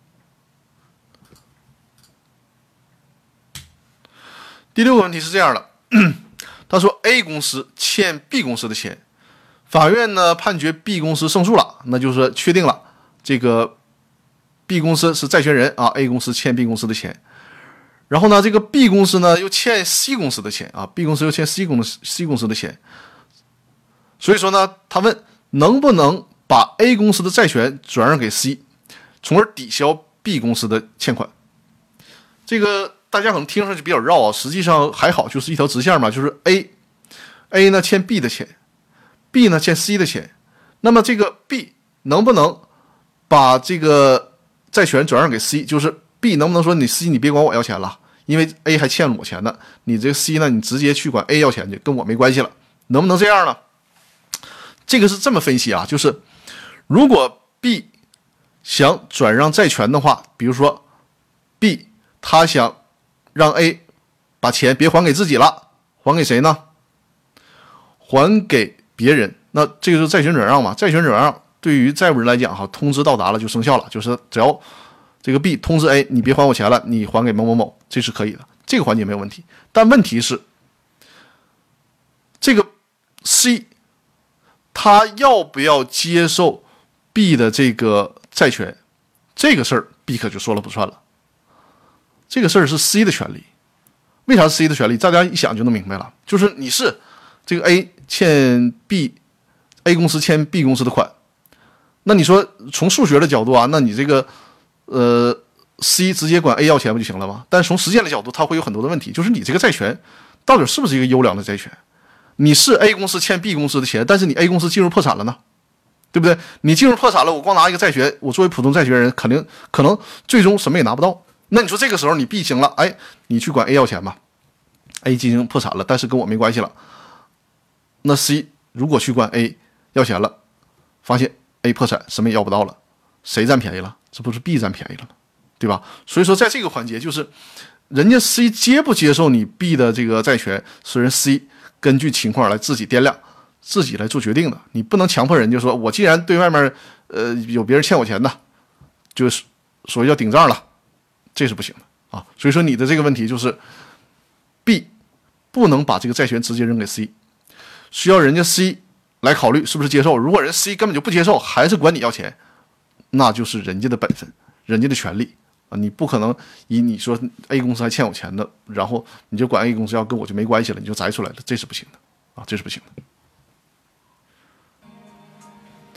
第6个问题是这样的，他说 A 公司欠 B 公司的钱，法院呢判决 B 公司胜诉了，那就是确定了这个 B 公司是债权人啊 ，A 公司欠 B 公司的钱。然后呢，这个 B 公司呢又欠 C 公司的钱啊 ，B 公司又欠 C 公司的钱，所以说呢，他问能不能把 A 公司的债权转让给 C， 从而抵消 B 公司的欠款。这个大家可能听上去比较绕啊，实际上还好，就是一条直线嘛，就是 A 呢欠 B 的钱 ，B 呢欠 C 的钱，那么这个 B 能不能把这个债权转让给 C， 就是 B 能不能说你 C 你别管我要钱了，因为 A 还欠了我钱呢，你这个 C 呢你直接去管 A 要钱去，跟我没关系了，能不能这样呢？这个是这么分析啊，就是如果 B 想转让债权的话，比如说 B 他想让 A 把钱别还给自己了，还给谁呢？还给别人，那这个是债权转让嘛？债权转让对于债务人来讲通知到达了就生效了，就是只要这个 B 通知 A 你别还我钱了，你还给某某某，这是可以的，这个环节没有问题。但问题是这个 C 他要不要接受 B 的这个债权，这个事儿 B 可就说了不算了。这个事儿是 C 的权利，为啥是 C 的权利？大家一想就能明白了，就是你是这个 A 欠 B，A 公司欠 B 公司的款，那你说从数学的角度啊，那你这个C 直接管 A 要钱不就行了吗？但是从实践的角度，它会有很多的问题，就是你这个债权到底是不是一个优良的债权？你是 A 公司欠 B 公司的钱，但是你 A 公司进入破产了呢，对不对？你进入破产了，我光拿一个债权，我作为普通债权人，可能最终什么也拿不到。那你说这个时候你 B 行了，你去管 A 要钱吧 ，A 进行破产了，但是跟我没关系了。那 C 如果去管 A 要钱了，发现 A 破产，什么也要不到了，谁占便宜了？这不是 B 占便宜了吗？对吧？所以说在这个环节，就是人家 C 接不接受你 B 的这个债权，是人 C 根据情况来自己掂量，自己来做决定的。你不能强迫人家说，我既然对外面有别人欠我钱的，就是所谓要顶账了，这是不行的啊。所以说你的这个问题就是 B 不能把这个债权直接扔给 C， 需要人家 C 来考虑是不是接受。如果人 C 根本就不接受，还是管你要钱，那就是人家的本分，人家的权利啊，你不可能以你说 A 公司还欠我钱的，然后你就管 A 公司要跟我就没关系了，你就摘出来了，这是不行的啊，这是不行的。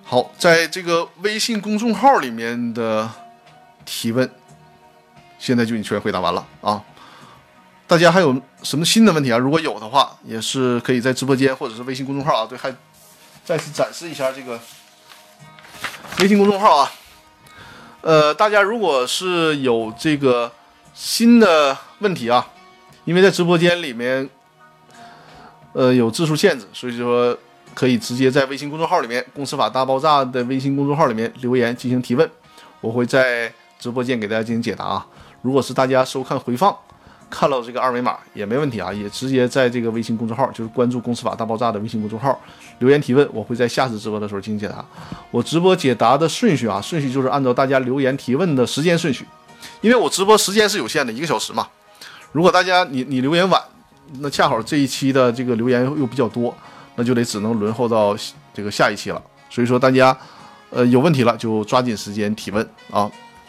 好，在这个微信公众号里面的提问，现在就已经全回答完了啊。大家还有什么新的问题啊？如果有的话，也是可以在直播间或者是微信公众号啊。对，还再次展示一下这个微信公众号啊。大家如果是有这个新的问题啊，因为在直播间里面，有字数限制，所以说可以直接在微信公众号里面“公司法大爆炸”的微信公众号里面留言进行提问，我会在直播间给大家进行解答啊。如果是大家收看回放看到这个二维码也没问题啊，也直接在这个微信公众号，就是关注“公司法大爆炸”的微信公众号留言提问，我会在下次直播的时候进行解答。我直播解答的顺序啊，顺序就是按照大家留言提问的时间顺序，因为我直播时间是有限的，1个小时嘛。如果大家你留言晚，那恰好这一期的这个留言又比较多，那就得只能轮候到这个下一期了。所以说大家有问题了就抓紧时间提问啊。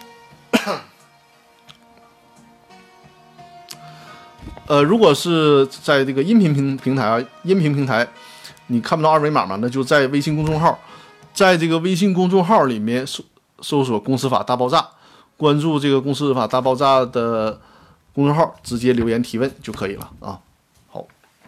如果是在这个音频平台啊，音频平台你看不到二维码嘛，那就在微信公众号，在这个微信公众号里面搜索“公司法大爆炸”，关注这个“公司法大爆炸”的公众号，直接留言提问就可以了啊。好，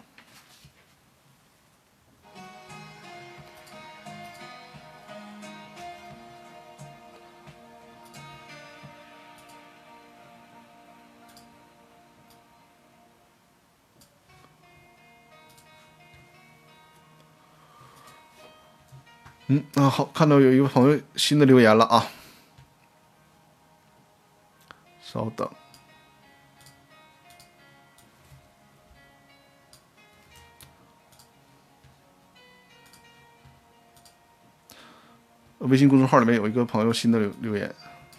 好，看到有一个朋友新的留言了啊，稍等。微信公众号里面有一个朋友新的留言。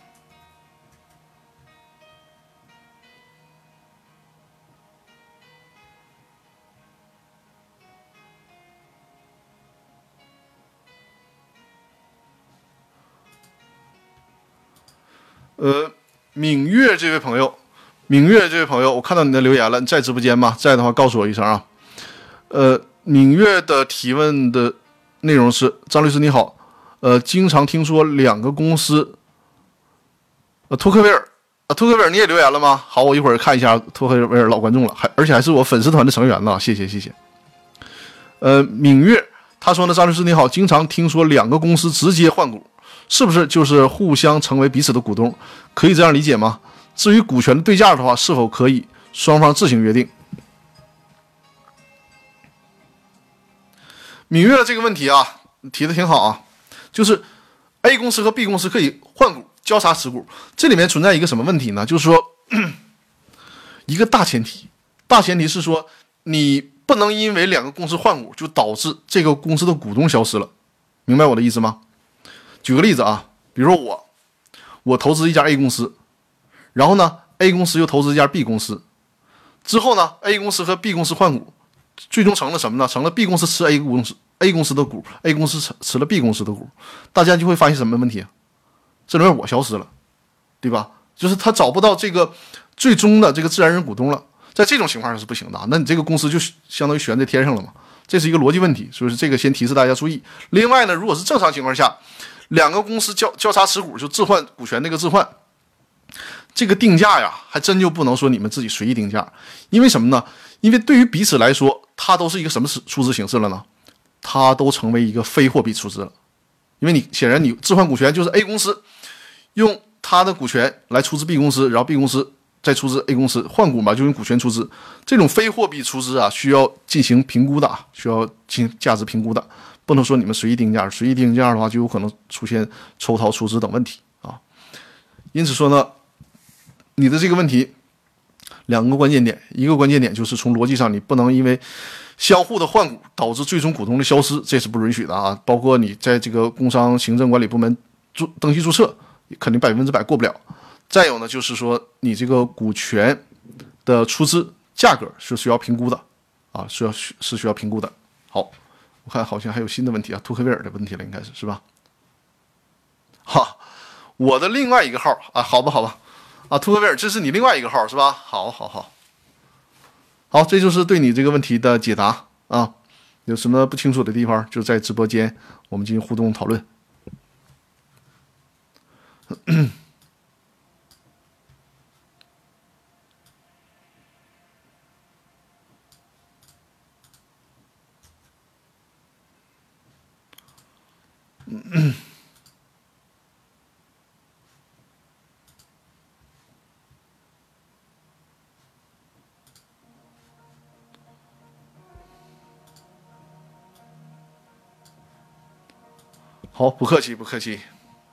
闽月这位朋友，我看到你的留言了，你在直播间吗？在的话告诉我一声啊。闽月的提问的内容是：张律师你好，经常听说2个公司，托克维尔你也留言了吗？好，我一会儿看一下托克维尔老观众了，而且还是我粉丝团的成员呢，谢谢。闽月他说呢，张律师你好，经常听说2个公司直接换股，是不是就是互相成为彼此的股东？可以这样理解吗？至于股权的对价的话，是否可以双方自行约定？闽月的这个问题啊，提的挺好啊，就是 A 公司和 B 公司可以换股交叉持股，这里面存在一个什么问题呢？就是说一个大前提是说你不能因为2个公司换股就导致这个公司的股东消失了，明白我的意思吗？举个例子啊，比如说我投资一家 A 公司，然后呢 A 公司又投资一家 B 公司，之后呢 A 公司和 B 公司换股，最终成了什么呢？成了 B 公司吃 A 公司的股， A 公司吃了 B 公司的股，大家就会发现什么问题？这里面我消失了，对吧？就是他找不到这个最终的这个自然人股东了，在这种情况下是不行的，那你这个公司就相当于悬在天上了嘛，这是一个逻辑问题，所以说这个先提示大家注意。另外呢，如果是正常情况下，2个公司交叉持股，就置换股权那个置换，这个定价呀，还真就不能说你们自己随意定价，因为什么呢？因为对于彼此来说，它都是一个什么出资形式了呢？它都成为一个非货币出资了，因为你显然你置换股权就是 A 公司用它的股权来出资 B 公司，然后 B 公司再出资 A 公司，换股嘛就用股权出资，这种非货币出资啊，需要进行评估的啊，需要进行价值评估的。不能说你们随意定价，随意定价的话，就有可能出现抽逃出资等问题啊。因此说呢，你的这个问题2个关键点，一个关键点就是从逻辑上，你不能因为相互的换股导致最终股东的消失，这是不允许的啊。包括你在这个工商行政管理部门登记注册，肯定100%过不了。再有呢，就是说你这个股权的出资价格是需要评估的啊，是需要评估的。好。我看好像还有新的问题啊，托克维尔的问题了，应该是吧？哈，我的另外一个号啊，好吧，啊，托克维尔，这是你另外一个号是吧？好，这就是对你这个问题的解答啊。有什么不清楚的地方，就在直播间我们进行互动讨论好，不客气，不客气。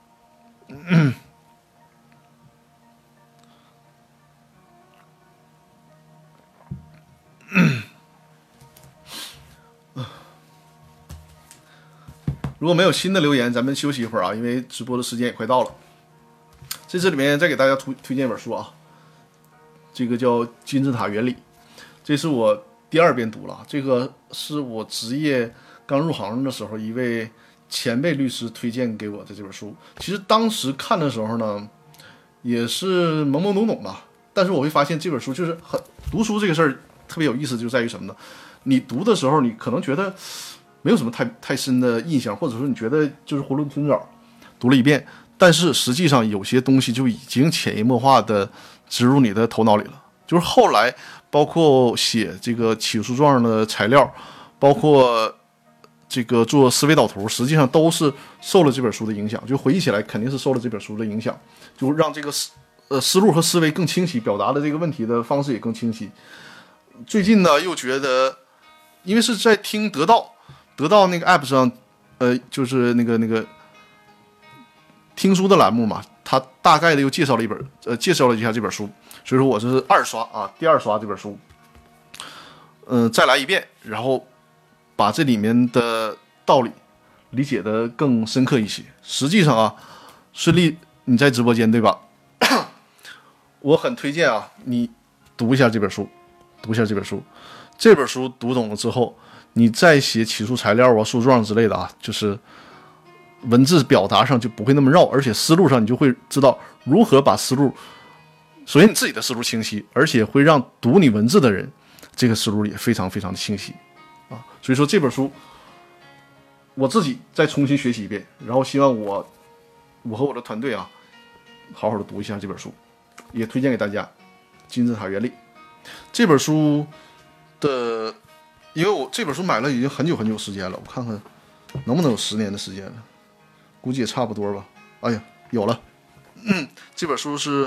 如果没有新的留言，咱们休息一会儿啊，因为直播的时间也快到了。这里面再给大家推荐一本书啊，这个叫《金字塔原理》，这是我第2遍读了。这个是我职业刚入行的时候一位前辈律师推荐给我的这本书。其实当时看的时候呢，也是懵懵懂懂吧。但是我会发现这本书就是读书这个事儿特别有意思，就在于什么呢？你读的时候，你可能觉得没有什么太深的印象，或者说你觉得就是囫囵吞枣读了一遍，但是实际上有些东西就已经潜移默化的植入你的头脑里了。就是后来包括写这个起诉状的材料，包括这个做思维导图，实际上都是受了这本书的影响。就回忆起来，肯定是受了这本书的影响，就让这个思路和思维更清晰，表达的这个问题的方式也更清晰。最近呢，又觉得，因为是在听得到那个 app 上，就是那个听书的栏目嘛，他大概的又介绍了一下这本书，所以说我这是第二刷这本书，再来一遍，然后把这里面的道理理解的更深刻一些。实际上啊，顺利你在直播间对吧？我很推荐啊，你读一下这本书，这本书读懂了之后，你再写起诉材料啊、诉状之类的啊，就是文字表达上就不会那么绕，而且思路上你就会知道如何把思路，首先你自己的思路清晰，而且会让读你文字的人这个思路也非常非常的清晰啊。所以说这本书我自己再重新学习一遍，然后希望我和我的团队啊，好好的读一下这本书，也推荐给大家《金字塔原理》这本书的，因为我这本书买了已经很久很久时间了，我看看能不能有10年的时间了，估计也差不多吧。哎呀，有了，这本书是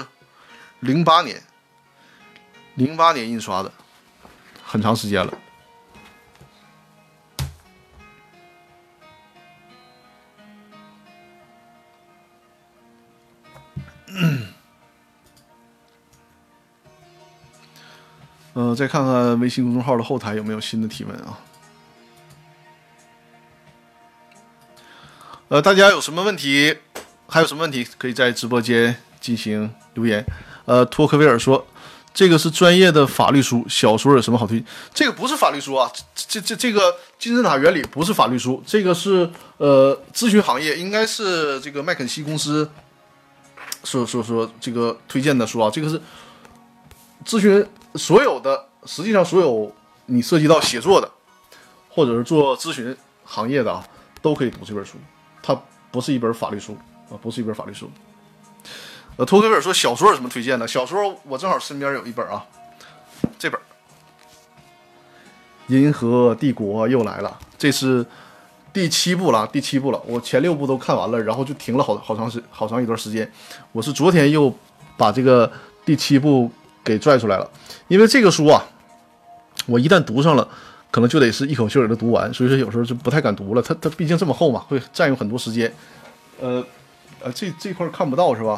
08年印刷的，很长时间了。再看看微信公众号的后台有没有新的提问啊？大家有什么问题？还有什么问题可以在直播间进行留言。托克维尔说，这个是专业的法律书，小说有什么好推荐？这个不是法律书啊，这个金字塔原理不是法律书，这个是咨询行业，应该是这个麦肯锡公司说这个推荐的书啊，这个是咨询所有的，实际上所有你涉及到写作的，或者是做咨询行业的啊，都可以读这本书，它不是一本法律书啊，不是一本法律书。托克维尔说小说有什么推荐的？小说我正好身边有一本啊，这本《银河帝国》又来了，这是第7部了，我前6部都看完了，然后就停了好长一段时间。我是昨天又把这个第7部给拽出来了，因为这个书啊，我一旦读上了，可能就得是一口气给它读完，所以说有时候就不太敢读了。它毕竟这么厚嘛，会占用很多时间。这块看不到是吧？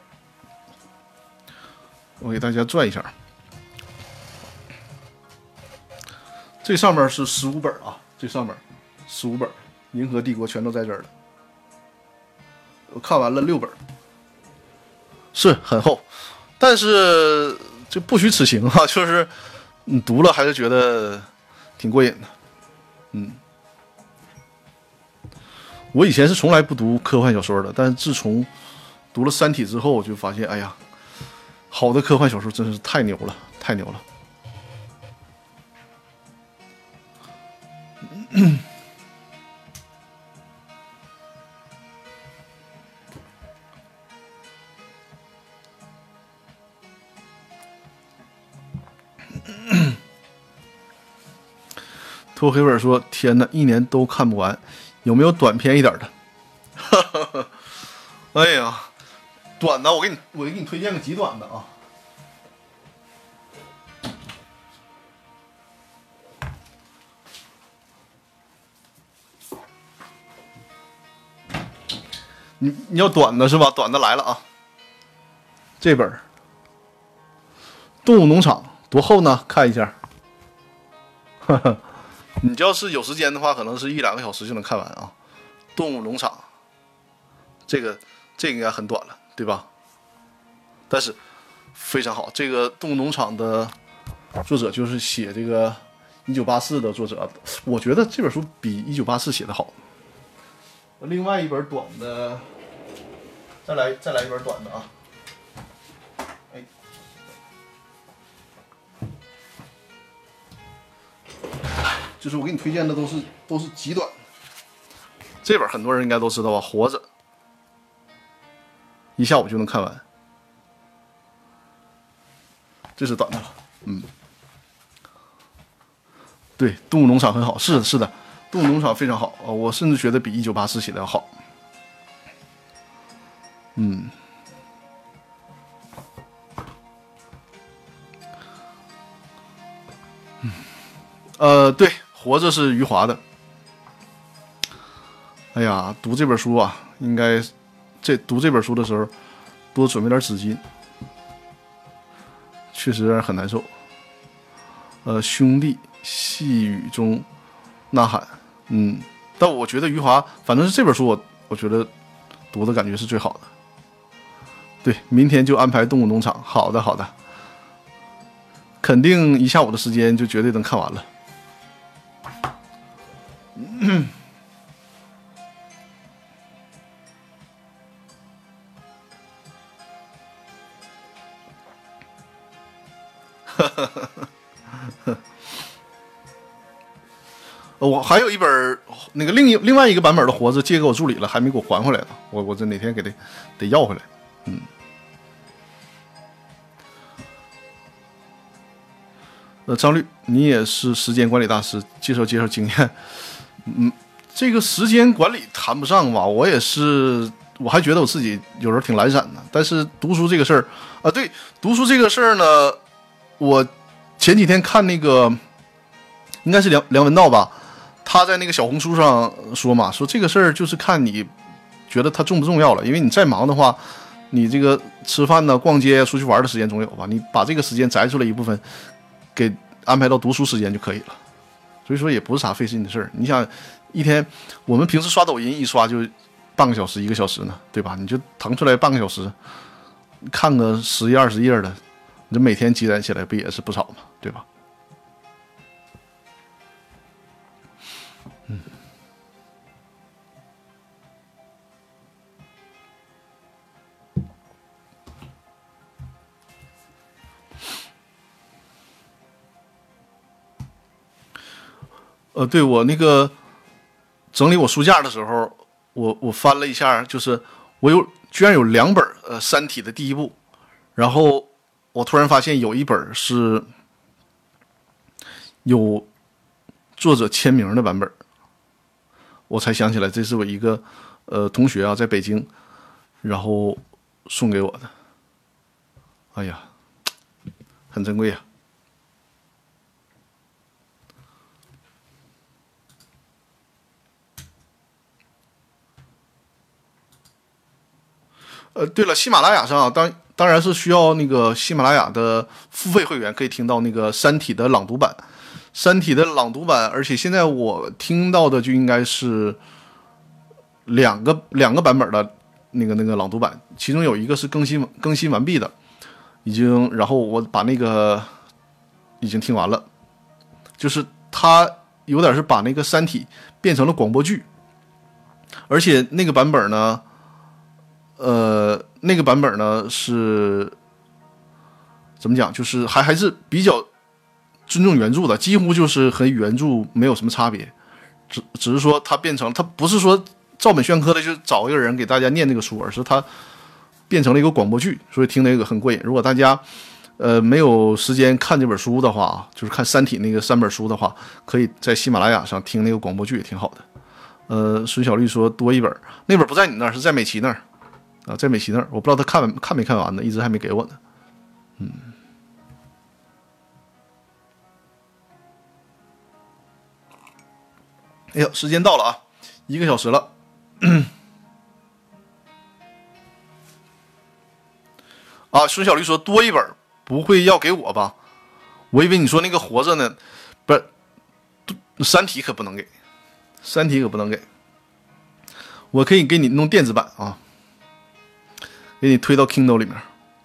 我给大家转一下，这上面是15本啊，这上面15本，银河帝国全都在这儿了。我看完了6本，是很厚，但是就不虚此行啊，就是你读了还是觉得挺过瘾的。我以前是从来不读科幻小说的，但是自从读了《三体》之后，我就发现，哎呀，好的科幻小说真是太牛了，太牛了。 拖黑本说：“天哪，一年都看不完，有没有短篇一点的？”哎呀，短的我给你推荐个极短的啊。你要短的是吧？短的来了啊！这本《动物农场》多厚呢？看一下。你要是有时间的话，可能是1-2个小时就能看完啊。《动物农场》这个应该很短了，对吧？但是非常好。这个《动物农场》的作者就是写这个1984的作者，我觉得这本书比1984写的好。另外一本短的，再来一本短的啊！哎，就是我给你推荐的都是极短。这本很多人应该都知道吧，《活着》一下午就能看完，这是短的了。对，《动物农场》很好，是的。动物农场非常好啊，我甚至觉得比1984写的要好。对，活着是余华的。哎呀，读这本书啊，应该读这本书的时候多准备点纸巾，确实很难受。兄弟细雨中呐喊。但我觉得余华，反正是这本书我觉得读的感觉是最好的。对，明天就安排动物农场。好的，肯定1下午的时间就绝对能看完了。我还有一本那个另外一个版本的《活着》借给我助理了，还没给我还回来呢。我这哪天得要回来。张律，你也是时间管理大师，介绍经验。这个时间管理谈不上吧，我还觉得我自己有时候挺懒散的。但是读书这个事儿啊，对，读书这个事儿呢，我前几天看那个应该是梁文道吧。他在那个小红书上说嘛，说这个事儿就是看你觉得它重不重要了。因为你再忙的话，你这个吃饭呢、逛街、出去玩的时间总有吧，你把这个时间摘出来一部分，给安排到读书时间就可以了。所以说也不是啥费劲的事儿。你想一天，我们平时刷抖音一刷就半个小时、1个小时呢，对吧？你就腾出来半个小时，看个10页、20页的，你这每天积攒起来不也是不少嘛，对吧？对，我那个整理我书架的时候，我翻了一下，就是居然有2本三体》的第一部，然后我突然发现有一本是有作者签名的版本，我才想起来这是我一个同学啊，在北京，然后送给我的。哎呀，很珍贵呀。对了，喜马拉雅上当然是需要那个喜马拉雅的付费会员可以听到那个《三体》的朗读版，《三体》的朗读版，而且现在我听到的就应该是两个版本的那个朗读版，其中有一个是更新完毕的，然后我把那个已经听完了，就是它有点是把那个《三体》变成了广播剧，而且那个版本呢。那个版本呢是怎么讲？就是还是比较尊重原著的，几乎就是和原著没有什么差别，只是说它不是说照本宣科的，就找一个人给大家念这个书，而是它变成了一个广播剧，所以听那个很过瘾。如果大家没有时间看这本书的话，就是看《三体》那个3本书的话，可以在喜马拉雅上听那个广播剧，也挺好的。孙小绿说多一本，那本不在你那儿，是在美琪那儿啊，在美琪那儿，我不知道他看没看完呢，一直还没给我呢。哎呀，时间到了啊，1个小时了。啊，孙小绿说多一本，不会要给我吧？我以为你说那个活着呢，不是，三体可不能给，三体可不能给。我可以给你弄电子版啊，给你推到 Kindle 里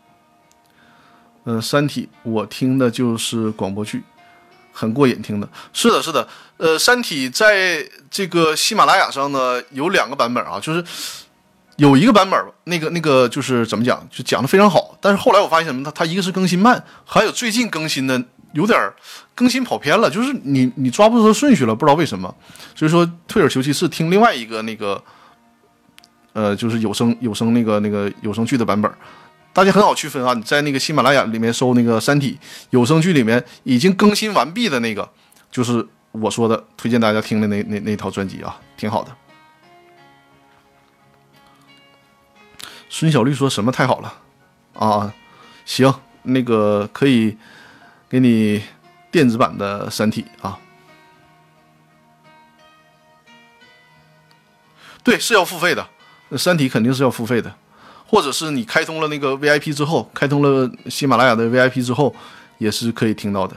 面。三体我听的就是广播剧，很过瘾听的。是的，是的。三体在这个喜马拉雅上呢有2个版本啊，就是有一个版本，那个就是怎么讲，就讲的非常好。但是后来我发现什么，它一个是更新慢，还有最近更新的有点更新跑偏了，就是你抓不住顺序了，不知道为什么。所以说退而求其次，听另外一个那个就是有声那个有声剧的版本。大家很好区分啊，你在那个喜马拉雅里面搜那个《三体》有声剧里面已经更新完毕的那个，就是我说的推荐大家听的那套专辑啊，挺好的。孙小绿说什么太好了啊？行，那个可以给你电子版的《三体》啊。对，是要付费的，《三体》肯定是要付费的。或者是你开通了那个 VIP 之后，开通了喜马拉雅的 VIP 之后，也是可以听到的。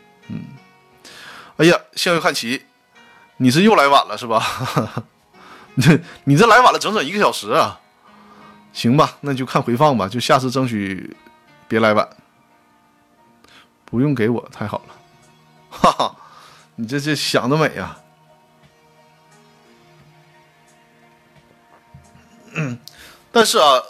哎呀，向右看齐，你是又来晚了是吧？你这来晚了整整1个小时啊！行吧，那就看回放吧，就下次争取别来晚。不用给我，太好了，哈哈，你这想得美啊！但是啊。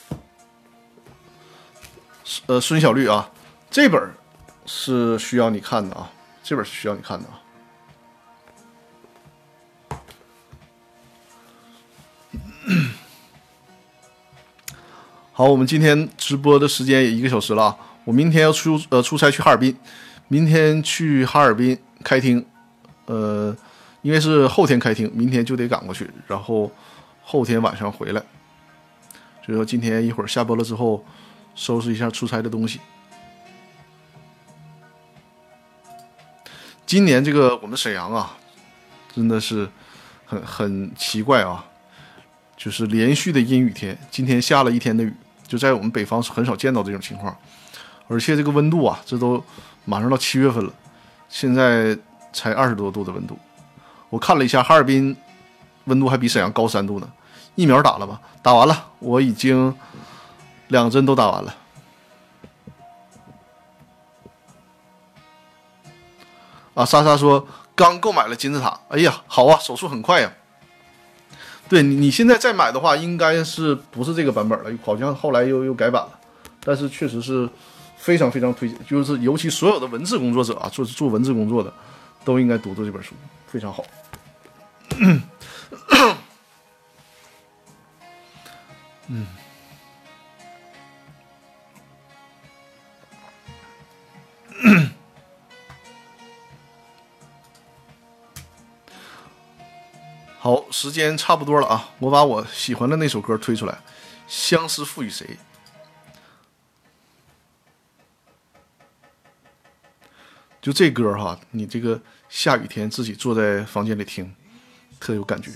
孙小绿啊，这本是需要你看的啊，这本是需要你看的啊。好，我们今天直播的时间也1个小时了啊。我明天要出差去哈尔滨，明天去哈尔滨开庭，因为是后天开庭，明天就得赶过去，然后后天晚上回来。所以说今天一会儿下播了之后。收拾一下出差的东西。今年这个我们沈阳啊，真的是很奇怪啊，就是连续的阴雨天，今天下了1天的雨，就在我们北方是很少见到这种情况。而且这个温度啊，这都马上到7月份了，现在才20多度的温度。我看了一下，哈尔滨温度还比沈阳高3度呢。疫苗打了吗？打完了，我已经2针都打完了。啊，莎莎说刚购买了金字塔，哎呀，好啊，手速很快呀。对你现在再买的话，应该是不是这个版本了？好像后来又改版了，但是确实是非常非常推荐，就是尤其所有的文字工作者啊，做文字工作的，都应该读这本书，非常好。好，时间差不多了啊，我把我喜欢的那首歌推出来，《相思赋予谁》。就这歌哈，你这个下雨天自己坐在房间里听，特有感觉。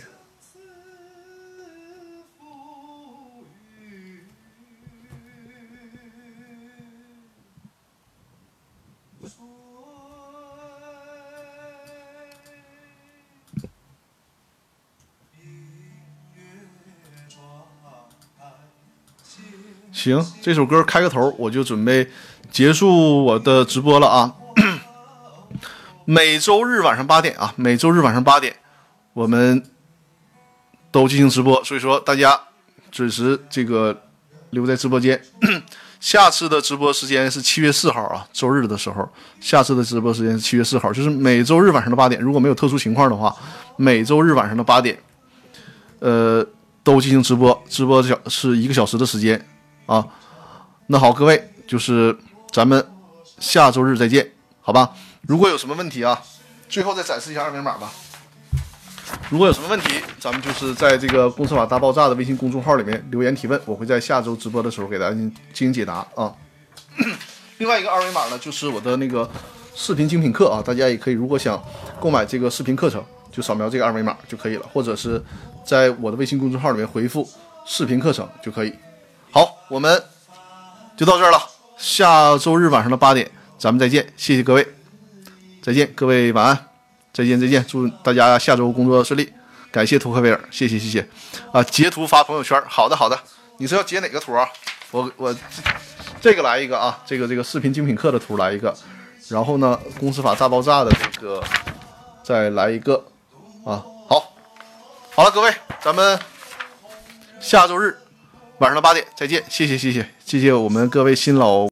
行，这首歌开个头，我就准备结束我的直播了啊。每周日晚上8点啊，每周日晚上8点，我们都进行直播，所以说大家准时这个留在直播间。下次的直播时间是7月4号啊，周日的时候，下次的直播时间是7月4号，就是每周日晚上的8点。如果没有特殊情况的话，每周日晚上的8点，都进行直播，直播是1个小时的时间啊。那好，各位，就是咱们下周日再见，好吧？如果有什么问题啊，最后再展示一下二维码吧。如果有什么问题，咱们就是在这个公司法大爆炸的微信公众号里面留言提问，我会在下周直播的时候给大家进行解答啊。另外一个二维码呢，就是我的那个视频精品课啊，大家也可以，如果想购买这个视频课程，就扫描这个二维码就可以了，或者是在我的微信公众号里面回复视频课程就可以。好，我们就到这儿了，下周日晚上的8点咱们再见，谢谢各位，再见，各位晚安，再见再见，祝大家下周工作顺利，感谢图克维尔，谢谢谢谢啊，截图发朋友圈，好的好的，你是要截哪个图啊？我这个来一个啊，这个视频精品课的图来一个，然后呢，公司法大爆炸的这个再来一个啊，好了，各位，咱们下周日晚上的8点再见，谢谢我们各位新老。